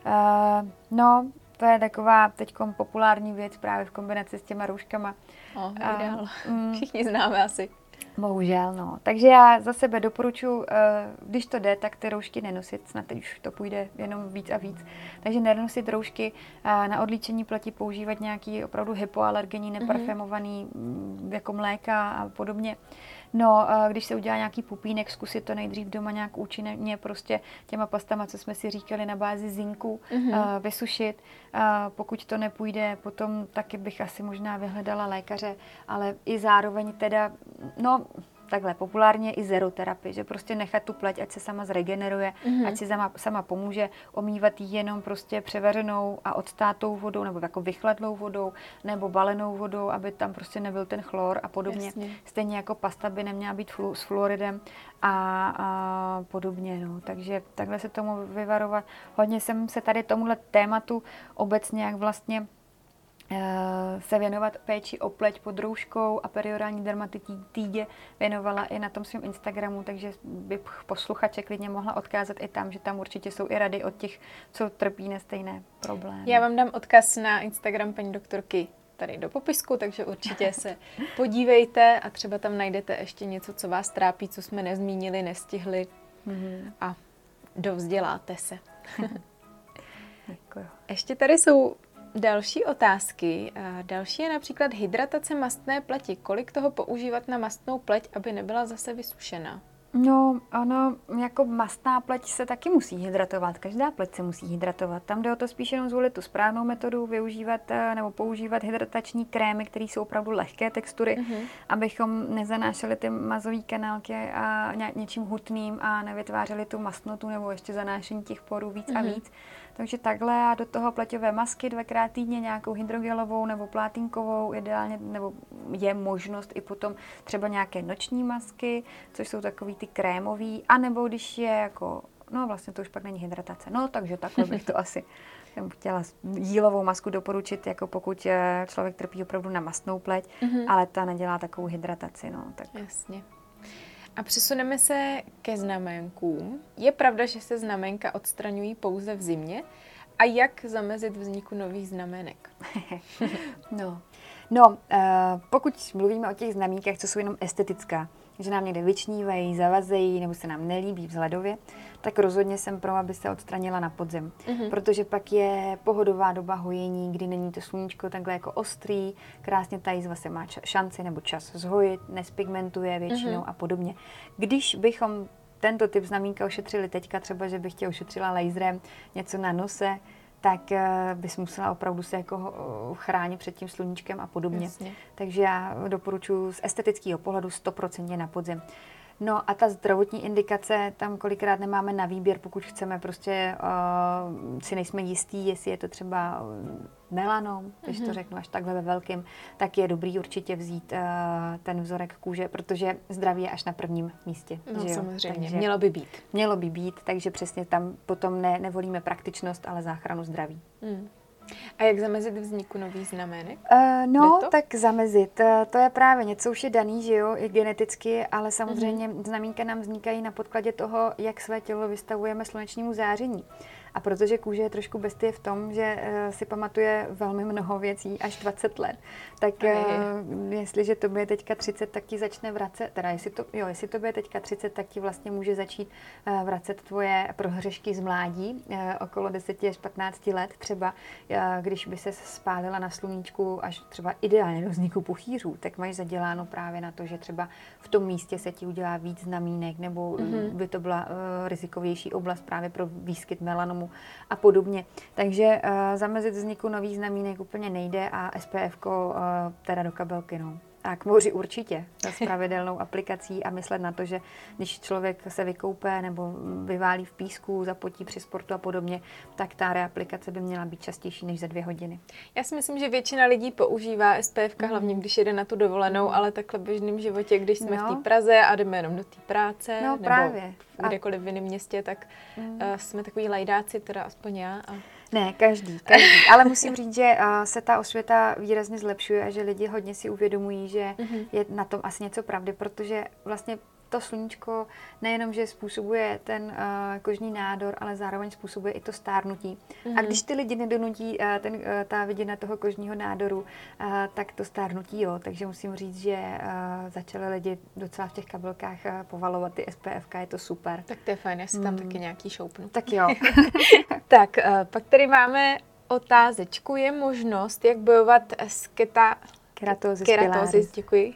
no, to je taková teďkom populární věc právě v kombinaci s těma rouškama. O, ideál. Uh, Všichni známe asi. Bohužel, no. Takže já za sebe doporučuji, když to jde, tak ty roušky nenosit, snad teď už to půjde jenom víc a víc. Takže nenosit roušky, na odlíčení pleti používat nějaký opravdu hypoalergenní, neparfémovaný, mm-hmm. jako mléka a podobně. No, když se udělá nějaký pupínek, zkusit to nejdřív doma nějak účinně prostě těma pastama, co jsme si říkali na bázi zinku, mm-hmm. vysušit. Pokud to nepůjde, potom taky bych asi možná vyhledala lékaře, ale i zároveň teda, no, takhle populárně i zeroterapie, že prostě nechat tu pleť, ať se sama zregeneruje, mm-hmm. ať si sama, sama pomůže, omývat ji jenom prostě převařenou a odstátou vodou, nebo jako vychladlou vodou, nebo balenou vodou, aby tam prostě nebyl ten chlor a podobně. Jasně. Stejně jako pasta by neměla být flu, s fluoridem a, a podobně, no. Takže takhle se tomu vyvarovat. Hodně jsem se tady tomuhle tématu obecně jak vlastně se věnovat péči o pleť pod rouškou a periorální dermatitidě věnovala i na tom svém Instagramu, takže by posluchače klidně mohla odkázat i tam, že tam určitě jsou i rady od těch, co trpí na stejné problémy. Já vám dám odkaz na Instagram paní doktorky tady do popisku, takže určitě se podívejte a třeba tam najdete ještě něco, co vás trápí, co jsme nezmínili, nestihli mm-hmm. a dovzděláte se. Děkuju. Ještě tady jsou další otázky. Další je například hydratace mastné pleti. Kolik toho používat na mastnou pleť, aby nebyla zase vysušená? No, ono, jako mastná pleť se taky musí hydratovat. Každá pleť se musí hydratovat. Tam jde o to spíš jenom zvolit tu správnou metodu, využívat nebo používat hydratační krémy, které jsou opravdu lehké textury, mm-hmm. abychom nezanášeli ty mazové kanálky a ně, něčím hutným a nevytvářeli tu mastnotu nebo ještě zanášení těch porů víc mm-hmm. a víc. Takže takhle a do toho pleťové masky dvakrát týdně nějakou hydrogelovou nebo plátínkovou, ideálně, nebo je možnost i potom třeba nějaké noční masky, což jsou takový ty krémový, anebo když je jako, no vlastně to už pak není hydratace, no takže takhle bych to asi chtěla jílovou masku doporučit, jako pokud člověk trpí opravdu na mastnou pleť, mm-hmm. ale ta nedělá takovou hydrataci, no tak. Jasně. A přesuneme se ke znamenkům. Je pravda, že se znamenka odstraňují pouze v zimě? A jak zamezit vzniku nových znamenek? no, no uh, pokud mluvíme o těch znamínkách, co jsou jenom estetická, že nám někde vyčnívají, zavazejí nebo se nám nelíbí vzhledově, tak rozhodně jsem pro, aby se odstranila na podzim. Mm-hmm. Protože pak je pohodová doba hojení, kdy není to sluníčko takhle jako ostrý, krásně ta jízva se má šanci nebo čas zhojit, nespigmentuje většinou mm-hmm. a podobně. Když bychom tento typ znamínka ošetřili teďka, třeba, že bych tě ošetřila laserem něco na nose, tak bys musela opravdu se jako chránit před tím sluníčkem a podobně. Jasně. Takže já doporučuji z estetického pohledu sto procent na podzim. No a ta zdravotní indikace, tam kolikrát nemáme na výběr, pokud chceme, prostě uh, si nejsme jistí, jestli je to třeba melanom, když mm-hmm. to řeknu až takhle ve velkým, tak je dobrý určitě vzít uh, ten vzorek kůže, protože zdraví je až na prvním místě. No že jo? samozřejmě, takže mělo by být. Mělo by být, takže přesně tam potom ne, nevolíme praktičnost, ale záchranu zdraví. Mm. A jak zamezit vzniku nových znamenek? Uh, no, tak zamezit. Uh, to je právě něco už je daný, že jo, i geneticky, ale samozřejmě mm-hmm. znamínka nám vznikají na podkladě toho, jak své tělo vystavujeme slunečnímu záření. A protože kůže je trošku bestie v tom, že uh, si pamatuje velmi mnoho věcí až dvacet let, tak uh, jestliže tobě je teďka třicet, tak ti začne vracet, teda jestli, to, jo, jestli tobě je teďka třicet, tak ti vlastně může začít uh, vracet tvoje prohřešky z mládí, uh, okolo deset až patnáct let třeba, uh, když by se spálila na sluníčku až třeba ideálně do vzniku puchýřů, tak máš zaděláno právě na to, že třeba v tom místě se ti udělá víc znamínek, nebo mm-hmm. by to byla uh, rizikovější oblast právě pro výskyt melanomu a podobně. Takže uh, zamezit vzniku nových znamínek úplně nejde a S P F ko uh, teda do kabelky, no. A k moři určitě s pravidelnou aplikací a myslet na to, že když člověk se vykoupe nebo vyválí v písku, zapotí při sportu a podobně, tak ta reaplikace by měla být častější než za dvě hodiny. Já si myslím, že většina lidí používá S P F ka, mm. hlavně když jede na tu dovolenou, mm. ale takhle v běžném životě, když jsme no. v té Praze a jdeme jenom do té práce, no, nebo právě. kdekoliv v jiném městě, tak mm. uh, jsme takový lajdáci, teda aspoň já. A... Ne, každý, každý. Ale musím říct, že uh, se ta osvěta výrazně zlepšuje a že lidi hodně si uvědomují, že mm-hmm. je na tom asi něco pravdy, protože vlastně to sluníčko nejenom, že způsobuje ten uh, kožní nádor, ale zároveň způsobuje i to stárnutí. Mm-hmm. A když ty lidi nedonutí uh, ten, uh, ta vidina toho kožního nádoru, uh, tak to stárnutí jo. Takže musím říct, že uh, začaly lidi docela v těch kabelkách uh, povalovat ty S P F ka, je to super. Tak to je fajn, já si tam mm. taky nějaký šoupnu. Tak jo. Tak, uh, pak tady máme otázečku. Je možnost, jak bojovat s keta... Keratózis Keratózis, děkuji.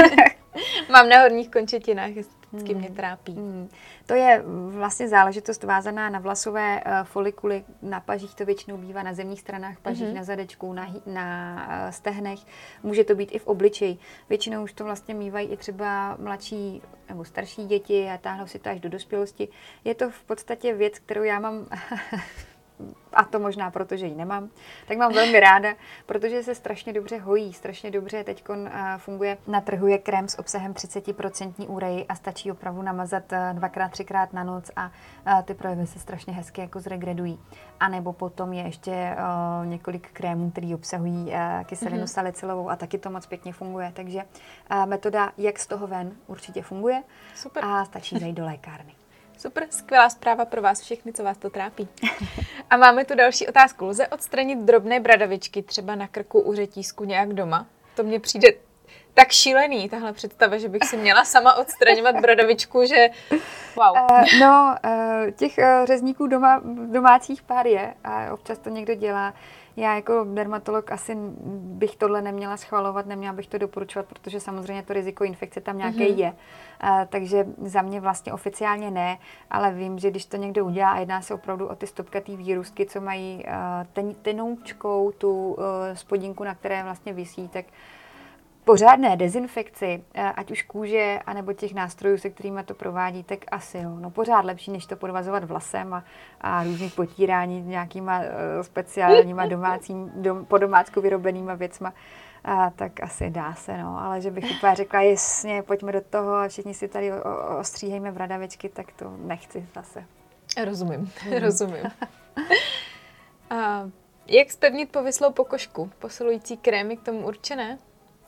Mám na horních končetinách, vždycky mě trápí. Hmm. To je vlastně záležitost vázaná na vlasové uh, folikuly. Na pažích to většinou bývá na zemních stranách pažích, mm-hmm. na zadečku, na, na uh, stehnech. Může to být i v obličeji. Většinou už to vlastně mývají i třeba mladší nebo starší děti a táhnou si to až do dospělosti. Je to v podstatě věc, kterou já mám a to možná proto, že ji nemám, tak mám velmi ráda, protože se strašně dobře hojí, strašně dobře teďkon funguje. Na trhu je krém s obsahem třicet procent úrej a stačí opravdu namazat dvakrát, třikrát na noc a ty projevy se strašně hezky jako zregredují. A nebo potom je ještě uh, několik krémů, které obsahují uh, kyselinu mm-hmm. salicylovou a taky to moc pěkně funguje. Takže uh, metoda jak z toho ven určitě funguje. Super. A stačí zajít do lékárny. Super, skvělá zpráva pro vás všechny, co vás to trápí. A máme tu další otázku. Lze odstranit drobné bradavičky třeba na krku u řetízku nějak doma? To mně přijde tak šílený, tahle představa, že bych si měla sama odstraňovat bradavičku, že wow. Uh, no, uh, těch uh, řezníků doma, domácích pár je a občas to někdo dělá. Já jako dermatolog asi bych tohle neměla schvalovat, neměla bych to doporučovat, protože samozřejmě to riziko infekce tam nějaké mm-hmm. je. Uh, takže za mě vlastně oficiálně ne, ale vím, že když to někdo udělá a jedná se opravdu o ty stopkatý výrůstky, co mají uh, ten, tenoučkou tu uh, spodinku, na které vlastně visí, tak pořádné dezinfekci, ať už kůže, anebo těch nástrojů, se kterými to provádí, tak asi jo. No pořád lepší, než to podvazovat vlasem a, a různý potírání nějakýma uh, speciálníma domácím, dom, po domácku vyrobenýma věcma. A, tak asi dá se, no. Ale že bych úplně řekla, jasně, pojďme do toho a všichni si tady o, o, ostříhejme bradavičky, tak to nechci zase. Rozumím, hmm. rozumím. A jak zpevnit povislou pokožku? Posilující krémy k tomu určené?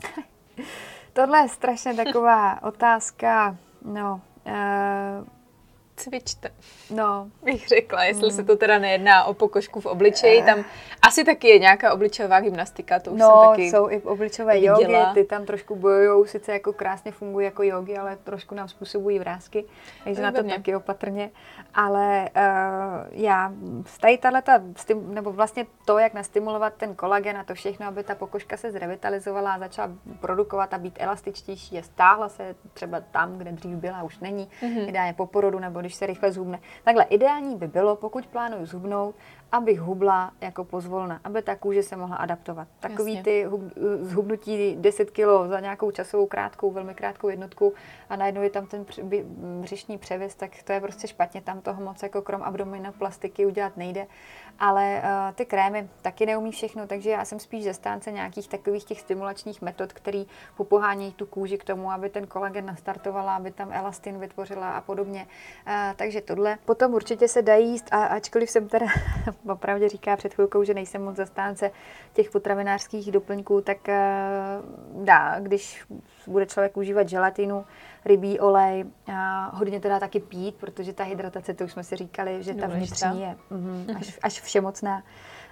Tohle je strašně taková otázka, no... Uh, Cvičte. No. Bych řekla, jestli mm. se to teda nejedná o pokožku v obličeji, tam asi taky je nějaká obličejová gymnastika, to už no, jsem taky jsou i obličejové jogy, ty tam trošku bojujou, sice jako krásně fungují jako jogy, ale trošku nám způsobují vrásky, takže na to taky opatrně. Ale uh, já, tady tato, nebo vlastně to, jak nastimulovat ten kolagen a to všechno, aby ta pokožka se zrevitalizovala a začala produkovat a být elastičtější a stáhla se třeba tam, kde dřív byla, už není, mm-hmm. ideálně po porodu nebo když se rychle zhubne. Takhle ideální by bylo, pokud plánuju zhubnout, abych hubla jako pozvolna, aby ta kůže se mohla adaptovat. Takový Jasně. ty hub, zhubnutí deset kilo za nějakou časovou krátkou, velmi krátkou jednotku a najednou je tam ten břišní převis, tak to je prostě špatně. Tam toho moc jako krom abdominoplastiky udělat nejde. Ale uh, ty krémy taky neumí všechno, takže já jsem spíš zastánce nějakých takových těch stimulačních metod, které popohánějí tu kůži k tomu, aby ten kolagen nastartovala, aby tam elastin vytvořila a podobně. Uh, takže tohle. Potom určitě se dají jíst, a ačkoliv jsem teda opravdu říká před chvilkou, že nejsem moc zastánce těch potravinářských doplňků, tak uh, dá, když bude člověk užívat želatinu, rybí olej, a hodně teda taky pít, protože ta hydratace, to už jsme si říkali, že ta vnitřní je mm, až, až všemocná.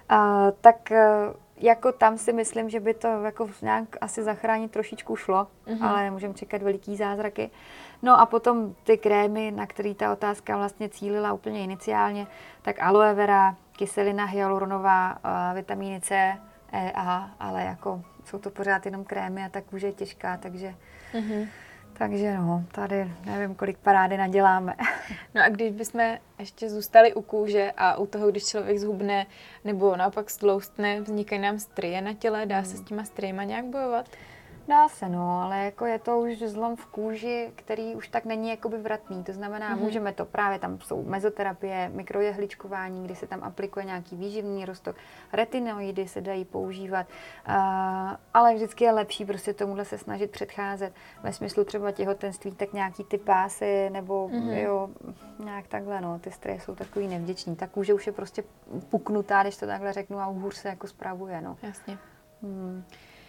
A, tak jako tam si myslím, že by to jako nějak asi zachránit trošičku šlo, mm-hmm. ale nemůžeme čekat veliký zázraky. No a potom ty krémy, na který ta otázka vlastně cílila úplně iniciálně, tak aloe vera, kyselina hyaluronová, vitamíny C, E, A, ale jako jsou to pořád jenom krémy a ta kůže je těžká, takže... Mm-hmm. Takže no, tady nevím, kolik parády naděláme. No a když bychom ještě zůstali u kůže a u toho, když člověk zhubne nebo naopak stloustne, vznikají nám strie na těle, dá se s těma striema nějak bojovat? Dá se, no, ale jako je to už zlom v kůži, který už tak není jakoby vratný. To znamená, mm-hmm. můžeme to právě, tam jsou mezoterapie, mikrojehličkování, kdy se tam aplikuje nějaký výživný roztok, retinoidy se dají používat, uh, ale vždycky je lepší prostě tomuhle se snažit předcházet. Ve smyslu třeba těhotenství, tak nějaký ty pásy, nebo mm-hmm. jo, nějak takhle, no, ty strie jsou takový nevděční. Ta kůže už je prostě puknutá, když to takhle řeknu, a hůř se jako spravuje, no. Jasně. Hmm.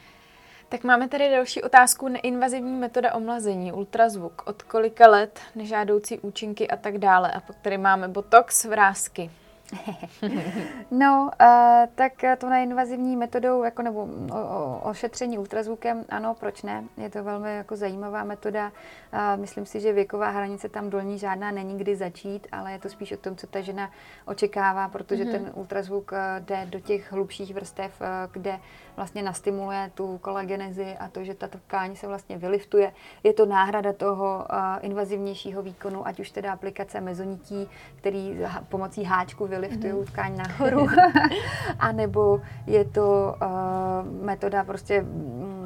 Tak máme tady další otázku. Neinvazivní metoda omlazení, ultrazvuk. Od kolika let, nežádoucí účinky a tak dále. A pak tady máme botox, vrásky. No, uh, tak to neinvazivní metodou, jako, nebo o, o, ošetření ultrazvukem, ano, proč ne? Je to velmi jako zajímavá metoda. Uh, myslím si, že věková hranice tam dolní žádná není kdy začít, ale je to spíš o tom, co ta žena očekává, protože mm-hmm. ten ultrazvuk uh, jde do těch hlubších vrstev, uh, kde vlastně nastimuluje tu kolagenezi a to, že ta tkáň se vlastně vyliftuje. Je to náhrada toho uh, invazivnějšího výkonu, ať už teda aplikace mezonití, který pomocí háčku vyliftují mm-hmm. tkáň nahoru, a nebo je to uh, metoda prostě um,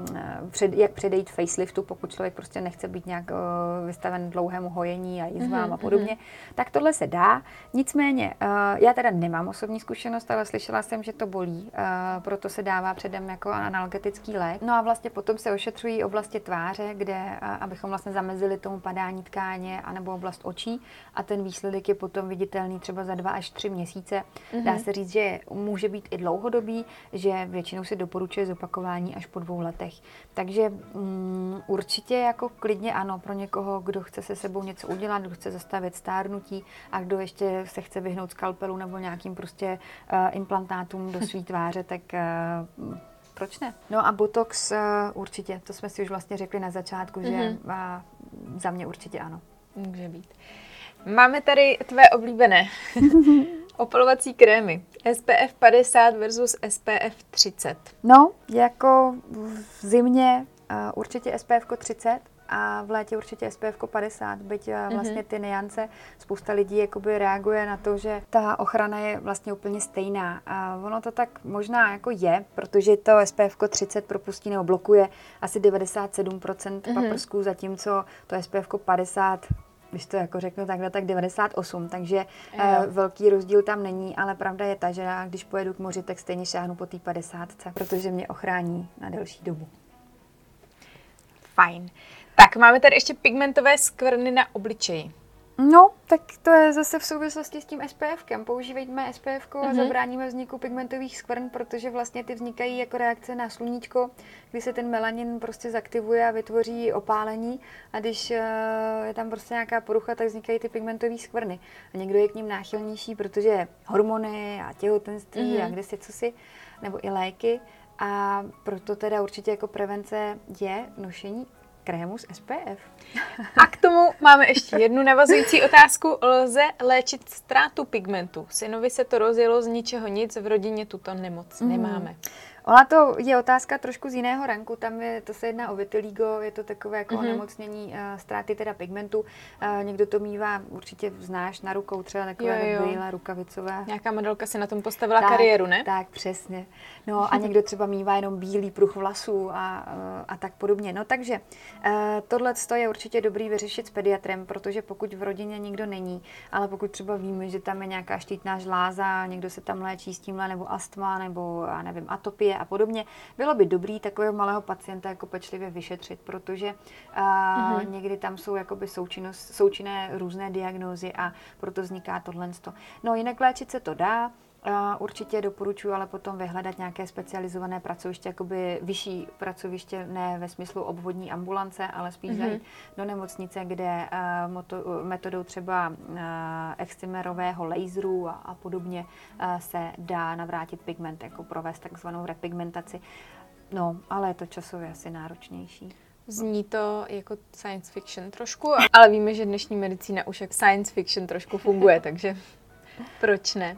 před, jak předejít faceliftu, pokud člověk prostě nechce být nějak uh, vystaven dlouhému hojení a jizvám mm-hmm. a podobně, tak tohle se dá. Nicméně, uh, já teda nemám osobní zkušenost, ale slyšela jsem, že to bolí, uh, proto se dává předem jako analgetický lék. No a vlastně potom se ošetřují oblasti tváře, kde, uh, abychom vlastně zamezili tomu padání tkáně, anebo oblast očí a ten výsledek je potom viditelný třeba za dva až tři měsíce. Mm-hmm. Dá se říct, že může být i dlouhodobý, že většinou se doporučuje zopakování až po dvou letech. Takže um, určitě jako klidně ano, pro někoho, kdo chce se sebou něco udělat, kdo chce zastavit stárnutí a kdo ještě se chce vyhnout skalpelu nebo nějakým prostě uh, implantátům do své tváře, tak uh, proč ne? No a botox uh, určitě, to jsme si už vlastně řekli na začátku, mm-hmm. že uh, za mě určitě ano. Může být. Máme tady tvé oblíbené opalovací krémy. S P F padesát versus S P F třicet. No, jako v zimě uh, určitě S P F třicet a v létě určitě S P F padesát, byť uh, vlastně ty niance, spousta lidí jakoby reaguje na to, že ta ochrana je vlastně úplně stejná. A ono to tak možná jako je, protože to S P F třicet propustí nebo blokuje asi devadesát sedm procent mm-hmm. paprsků, zatímco to S P F padesát, když to jako řeknu takhle, tak devadesát osm, takže uh, velký rozdíl tam není, ale pravda je ta, že já, když pojedu k moři, tak stejně šáhnu po té padesátce, protože mě ochrání na delší dobu. Fajn. Tak, máme tady ještě pigmentové skvrny na obličeji. No, tak to je zase v souvislosti s tím SPFkem. Používejme S P F ko mm-hmm. a zabráníme vzniku pigmentových skvrn, protože vlastně ty vznikají jako reakce na sluníčko, kdy se ten melanin prostě zaktivuje a vytvoří opálení a když uh, je tam prostě nějaká porucha, tak vznikají ty pigmentové skvrny. A někdo je k ním náchylnější, protože hormony a těhotenství mm-hmm. a kdesi cosi, nebo i léky. A proto teda určitě jako prevence je nošení krému z S P F. A k tomu máme ještě jednu navazující otázku. Lze léčit ztrátu pigmentu? Synovi se to rozjelo z ničeho nic, v rodině tuto nemoc mm. nemáme. Ona to je otázka trošku z jiného ranku, tam je, to se jedná o vitiligo, je to takové jako mm-hmm. onemocnění uh, ztráty teda pigmentu. Uh, někdo to mívá, určitě znáš na rukou, třeba takové bílé rukavicové. Nějaká modelka si na tom postavila tak, kariéru, ne? Tak, přesně. No a někdo třeba mívá jenom bílý pruh vlasů a, uh, a tak podobně. No takže uh, tohle je určitě dobrý vyřešit s pediatrem, protože pokud v rodině nikdo není, ale pokud třeba víme, že tam je nějaká štítná žláza, někdo se tam léčí s tímhle, nebo astma, nebo já nevím, atopie a podobně. Bylo by dobrý takového malého pacienta jako pečlivě vyšetřit, protože uh, mm-hmm. někdy tam jsou jakoby součinnost, součinné různé diagnózy a proto vzniká tohle. No jinak léčit se to dá. Uh, určitě doporučuji ale potom vyhledat nějaké specializované pracoviště, jakoby vyšší pracoviště, ne ve smyslu obvodní ambulance, ale spíš mm-hmm. zajít do nemocnice, kde uh, moto, metodou třeba uh, excimerového laseru a, a podobně uh, se dá navrátit pigment, jako provést takzvanou repigmentaci. No, ale je to časově asi náročnější. Zní to jako science fiction trošku, ale víme, že dnešní medicína už jak science fiction trošku funguje, takže proč ne?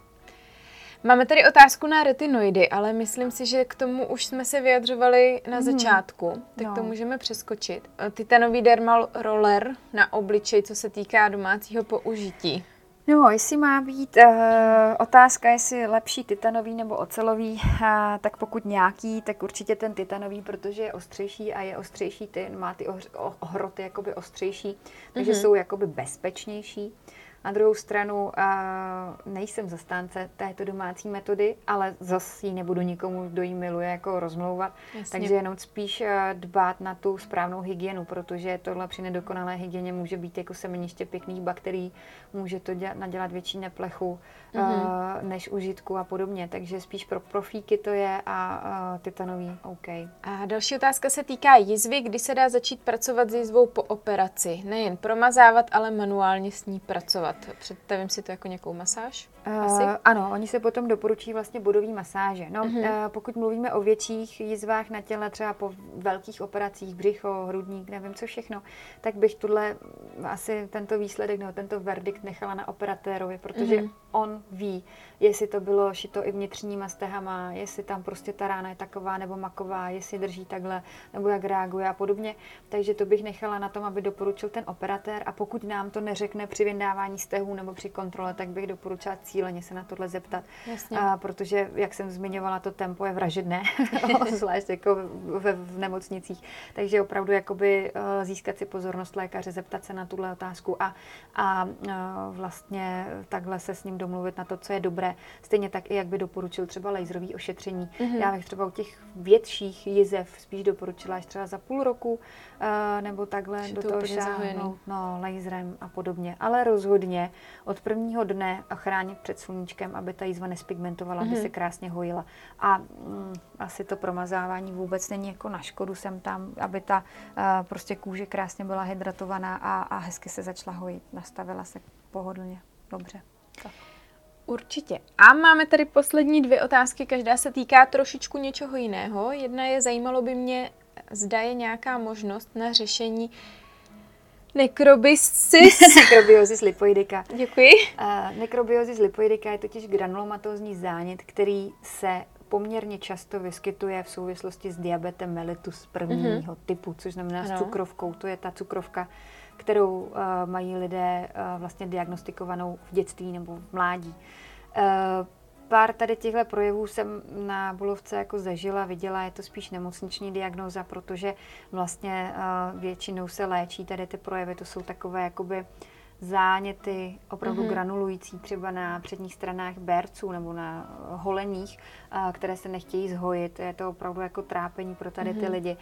Máme tady otázku na retinoidy, ale myslím si, že k tomu už jsme se vyjadřovali na začátku, tak no. to můžeme přeskočit. Titanový dermal roller na obličej, co se týká domácího použití. No, jestli má být uh, otázka, jestli lepší titanový nebo ocelový, uh, tak pokud nějaký, tak určitě ten titanový, protože je ostřejší a je ostřejší, ten má ty ohroty jakoby ostřejší, takže mm-hmm. jsou jakoby bezpečnější. Na druhou stranu uh, nejsem zastánce této domácí metody, ale zase ji nebudu nikomu, kdo ji miluje, jako rozmlouvat. Jasně. Takže jenom spíš uh, dbát na tu správnou hygienu, protože tohle při nedokonalé hygieně může být jako semeniště pěkných bakterií, může to dělat, nadělat větší neplechu mm-hmm. uh, než užitku a podobně. Takže spíš pro profíky to je a uh, titanový OK. A další otázka se týká jizvy, kdy se dá začít pracovat s jizvou po operaci. Nejen promazávat, ale manuálně s ní pracovat. Představím si to jako nějakou masáž? Asi? Uh, ano, oni se potom doporučí vlastně bodový masáže. No, uh-huh. uh, pokud mluvíme o větších jizvách na těle, třeba po velkých operacích, břicho, hrudník, nevím co všechno, tak bych tuhle asi tento výsledek nebo tento verdikt nechala na operatérovi, protože uh-huh. on ví, jestli to bylo šito i vnitřníma stehama, jestli tam prostě ta rána je taková nebo maková, jestli drží takhle, nebo jak reaguje a podobně. Takže to bych nechala na tom, aby doporučil ten operatér a pokud nám to neřekne při vyndávání stehů nebo při kontrole, tak bych doporučila cíleně se na tohle zeptat. Jasně. A, protože, jak jsem zmiňovala, to tempo je vražedné, zvlášť jako v, v nemocnicích. Takže opravdu jakoby získat si pozornost lékaře, zeptat se na tuhle otázku a, a vlastně takhle se s ním domluvit na to, co je dobré. Stejně tak i jak by doporučil třeba laserový ošetření. Mm-hmm. Já bych třeba u těch větších jizev spíš doporučila až třeba za půl roku nebo takhle do toho šáhnout no, laserem a podobně. Ale rozhodně od prvního dne a chránit před sluníčkem, aby ta jízva nespigmentovala, mm-hmm. aby se krásně hojila. A mm, asi to promazávání vůbec není jako na škodu sem tam, aby ta uh, prostě kůže krásně byla hydratovaná a, a hezky se začala hojit. Nastavila se pohodlně. Dobře. Tak. Určitě. A máme tady poslední dvě otázky, každá se týká trošičku něčeho jiného. Jedna je, zajímalo by mě, zda je nějaká možnost na řešení nekrobiosis. Nekrobiosis lipoidika. Děkuji. Uh, nekrobiosis lipoidika je totiž granulomatózní zánět, který se poměrně často vyskytuje v souvislosti s diabetem mellitus prvního mm-hmm. typu, což znamená ano. s cukrovkou. To je ta cukrovka, kterou uh, mají lidé uh, vlastně diagnostikovanou v dětství nebo v mládí. Uh, Pár tady těchto projevů jsem na Bulovce jako zažila, viděla, je to spíš nemocniční diagnóza, protože vlastně uh, většinou se léčí tady ty projevy, to jsou takové jakoby záněty opravdu mm-hmm. granulující třeba na předních stranách berců nebo na holeních, které se nechtějí zhojit. Je to opravdu jako trápení pro tady ty mm-hmm. lidi.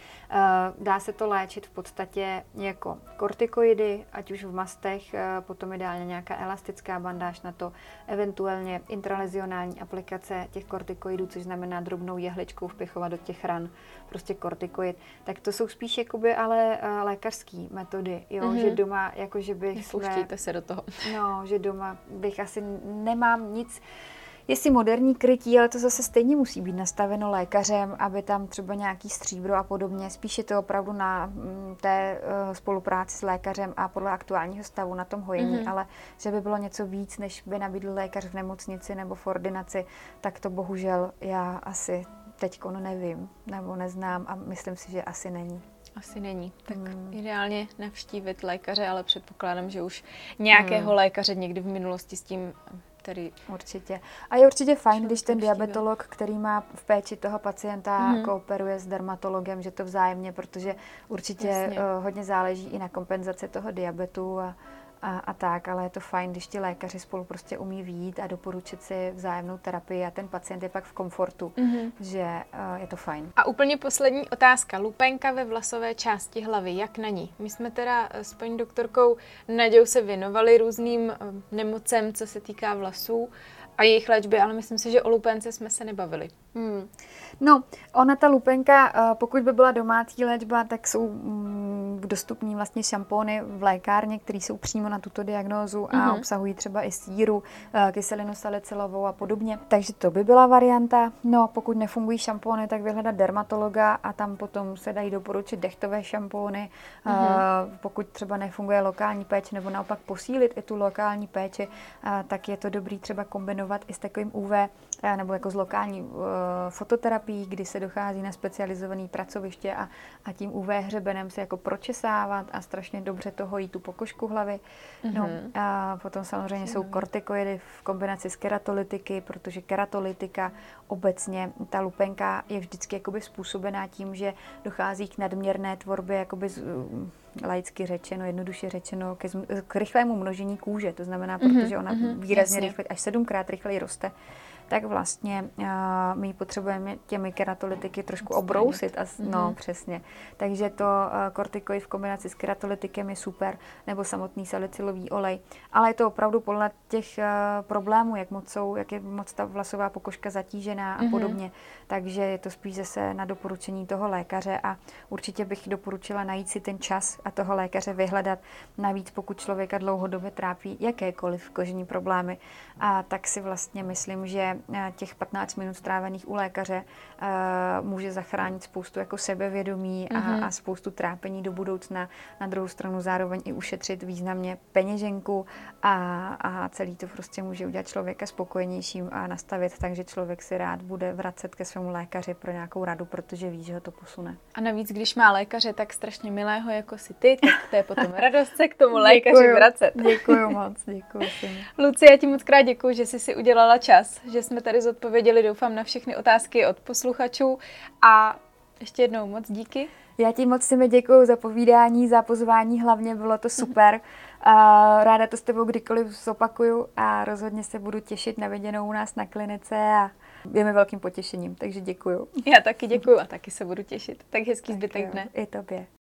Dá se to léčit v podstatě jako kortikoidy, ať už v mastech, potom ideálně nějaká elastická bandáž na to, eventuálně intralezionální aplikace těch kortikoidů, což znamená drobnou jehličkou vpichovat do těch ran, prostě kortikoid. Tak to jsou spíš jakoby ale lékařské metody, jo, mm-hmm. že doma jakože bych Pouštíte se do toho. No, že doma bych asi nemám nic. Je si moderní krytí, ale to zase stejně musí být nastaveno lékařem, aby tam třeba nějaký stříbro a podobně. Spíš je to opravdu na té uh, spolupráci s lékařem a podle aktuálního stavu na tom hojení, mm-hmm. ale že by bylo něco víc, než by nabídl lékař v nemocnici nebo v ordinaci, tak to bohužel já asi teďko nevím nebo neznám a myslím si, že asi není. Asi není. Tak hmm. ideálně navštívit lékaře, ale předpokládám, že už nějakého hmm. lékaře někdy v minulosti s tím tady... Určitě. A je určitě fajn, když ten diabetolog, který má v péči toho pacienta, hmm. kooperuje s dermatologem, že to vzájemně, protože určitě uh, hodně záleží i na kompenzaci toho diabetu a A, a tak, ale je to fajn, když ti lékaři spolu prostě umí vyjít a doporučit si vzájemnou terapii a ten pacient je pak v komfortu, mm-hmm. že uh, je to fajn. A úplně poslední otázka. Lupenka ve vlasové části hlavy, jak na ní? My jsme teda s paní doktorkou Nadějou se věnovali různým uh, nemocem, co se týká vlasů a jejich léčby, ale myslím si, že o lupence jsme se nebavili. Hmm. No, ona ta lupenka, pokud by byla domácí léčba, tak jsou dostupní vlastně šampóny v lékárně, které jsou přímo na tuto diagnózu a mm-hmm. obsahují třeba i síru, kyselinu salicylovou a podobně. Takže to by byla varianta. No, pokud nefungují šampóny, tak vyhledat dermatologa a tam potom se dají doporučit dechtové šampóny. Mm-hmm. Pokud třeba nefunguje lokální péče nebo naopak posílit i tu lokální péči, tak je to dobrý třeba kombinovat i s takovým U V nebo jako s lokální fototerapií, kdy se dochází na specializované pracoviště a, a tím U V hřebenem se jako pročesávat a strašně dobře to hojí tu pokožku hlavy. Mm-hmm. No, a potom samozřejmě jsou kortikoidy v kombinaci s keratolytiky, protože keratolitika obecně, ta lupenka je vždycky jakoby způsobená tím, že dochází k nadměrné tvorbě, jakoby z, laicky řečeno, jednoduše řečeno, ke, k rychlému množení kůže. To znamená, mm-hmm. protože ona mm-hmm. výrazně rychle, až sedmkrát rychleji roste, tak vlastně uh, my potřebujeme těmi keratolytiky trošku obrousit. A, no, mm-hmm. přesně. Takže to uh, kortikoid v kombinaci s keratolytikem je super, nebo samotný salicylový olej. Ale je to opravdu podle těch uh, problémů, jak moc, jsou, jak je moc ta vlasová pokožka zatížená a mm-hmm. podobně. Takže je to spíš zase na doporučení toho lékaře a určitě bych doporučila najít si ten čas a toho lékaře vyhledat. Navíc pokud člověka dlouhodobě trápí jakékoliv kožní problémy, a tak si vlastně myslím, že že těch patnáct minut strávených u lékaře uh, může zachránit spoustu jako sebevědomí a, mm-hmm. a spoustu trápení do budoucna. Na druhou stranu zároveň i ušetřit významně peněženku a, a celý to prostě může udělat člověka spokojenějším a nastavit tak, že člověk si rád bude vracet ke svému lékaři pro nějakou radu, protože ví, že ho to posune. A navíc, když má lékaře tak strašně milého jako si ty, tak to je potom radost se k tomu lékaři vracet. Děkuju moc, děkuju si. Luci, já ti moc krát děkuju, že jsi si udělala čas, že jsme tady zodpověděli, doufám, na všechny otázky od posluchačů a ještě jednou moc díky. Já ti moc si mi děkuju za povídání, za pozvání, hlavně bylo to super. A ráda to s tebou kdykoliv zopakuju a rozhodně se budu těšit na viděnou u nás na klinice a je mi velkým potěšením, takže děkuju. Já taky děkuju a taky se budu těšit. Tak hezký zbytek dne. I tobě.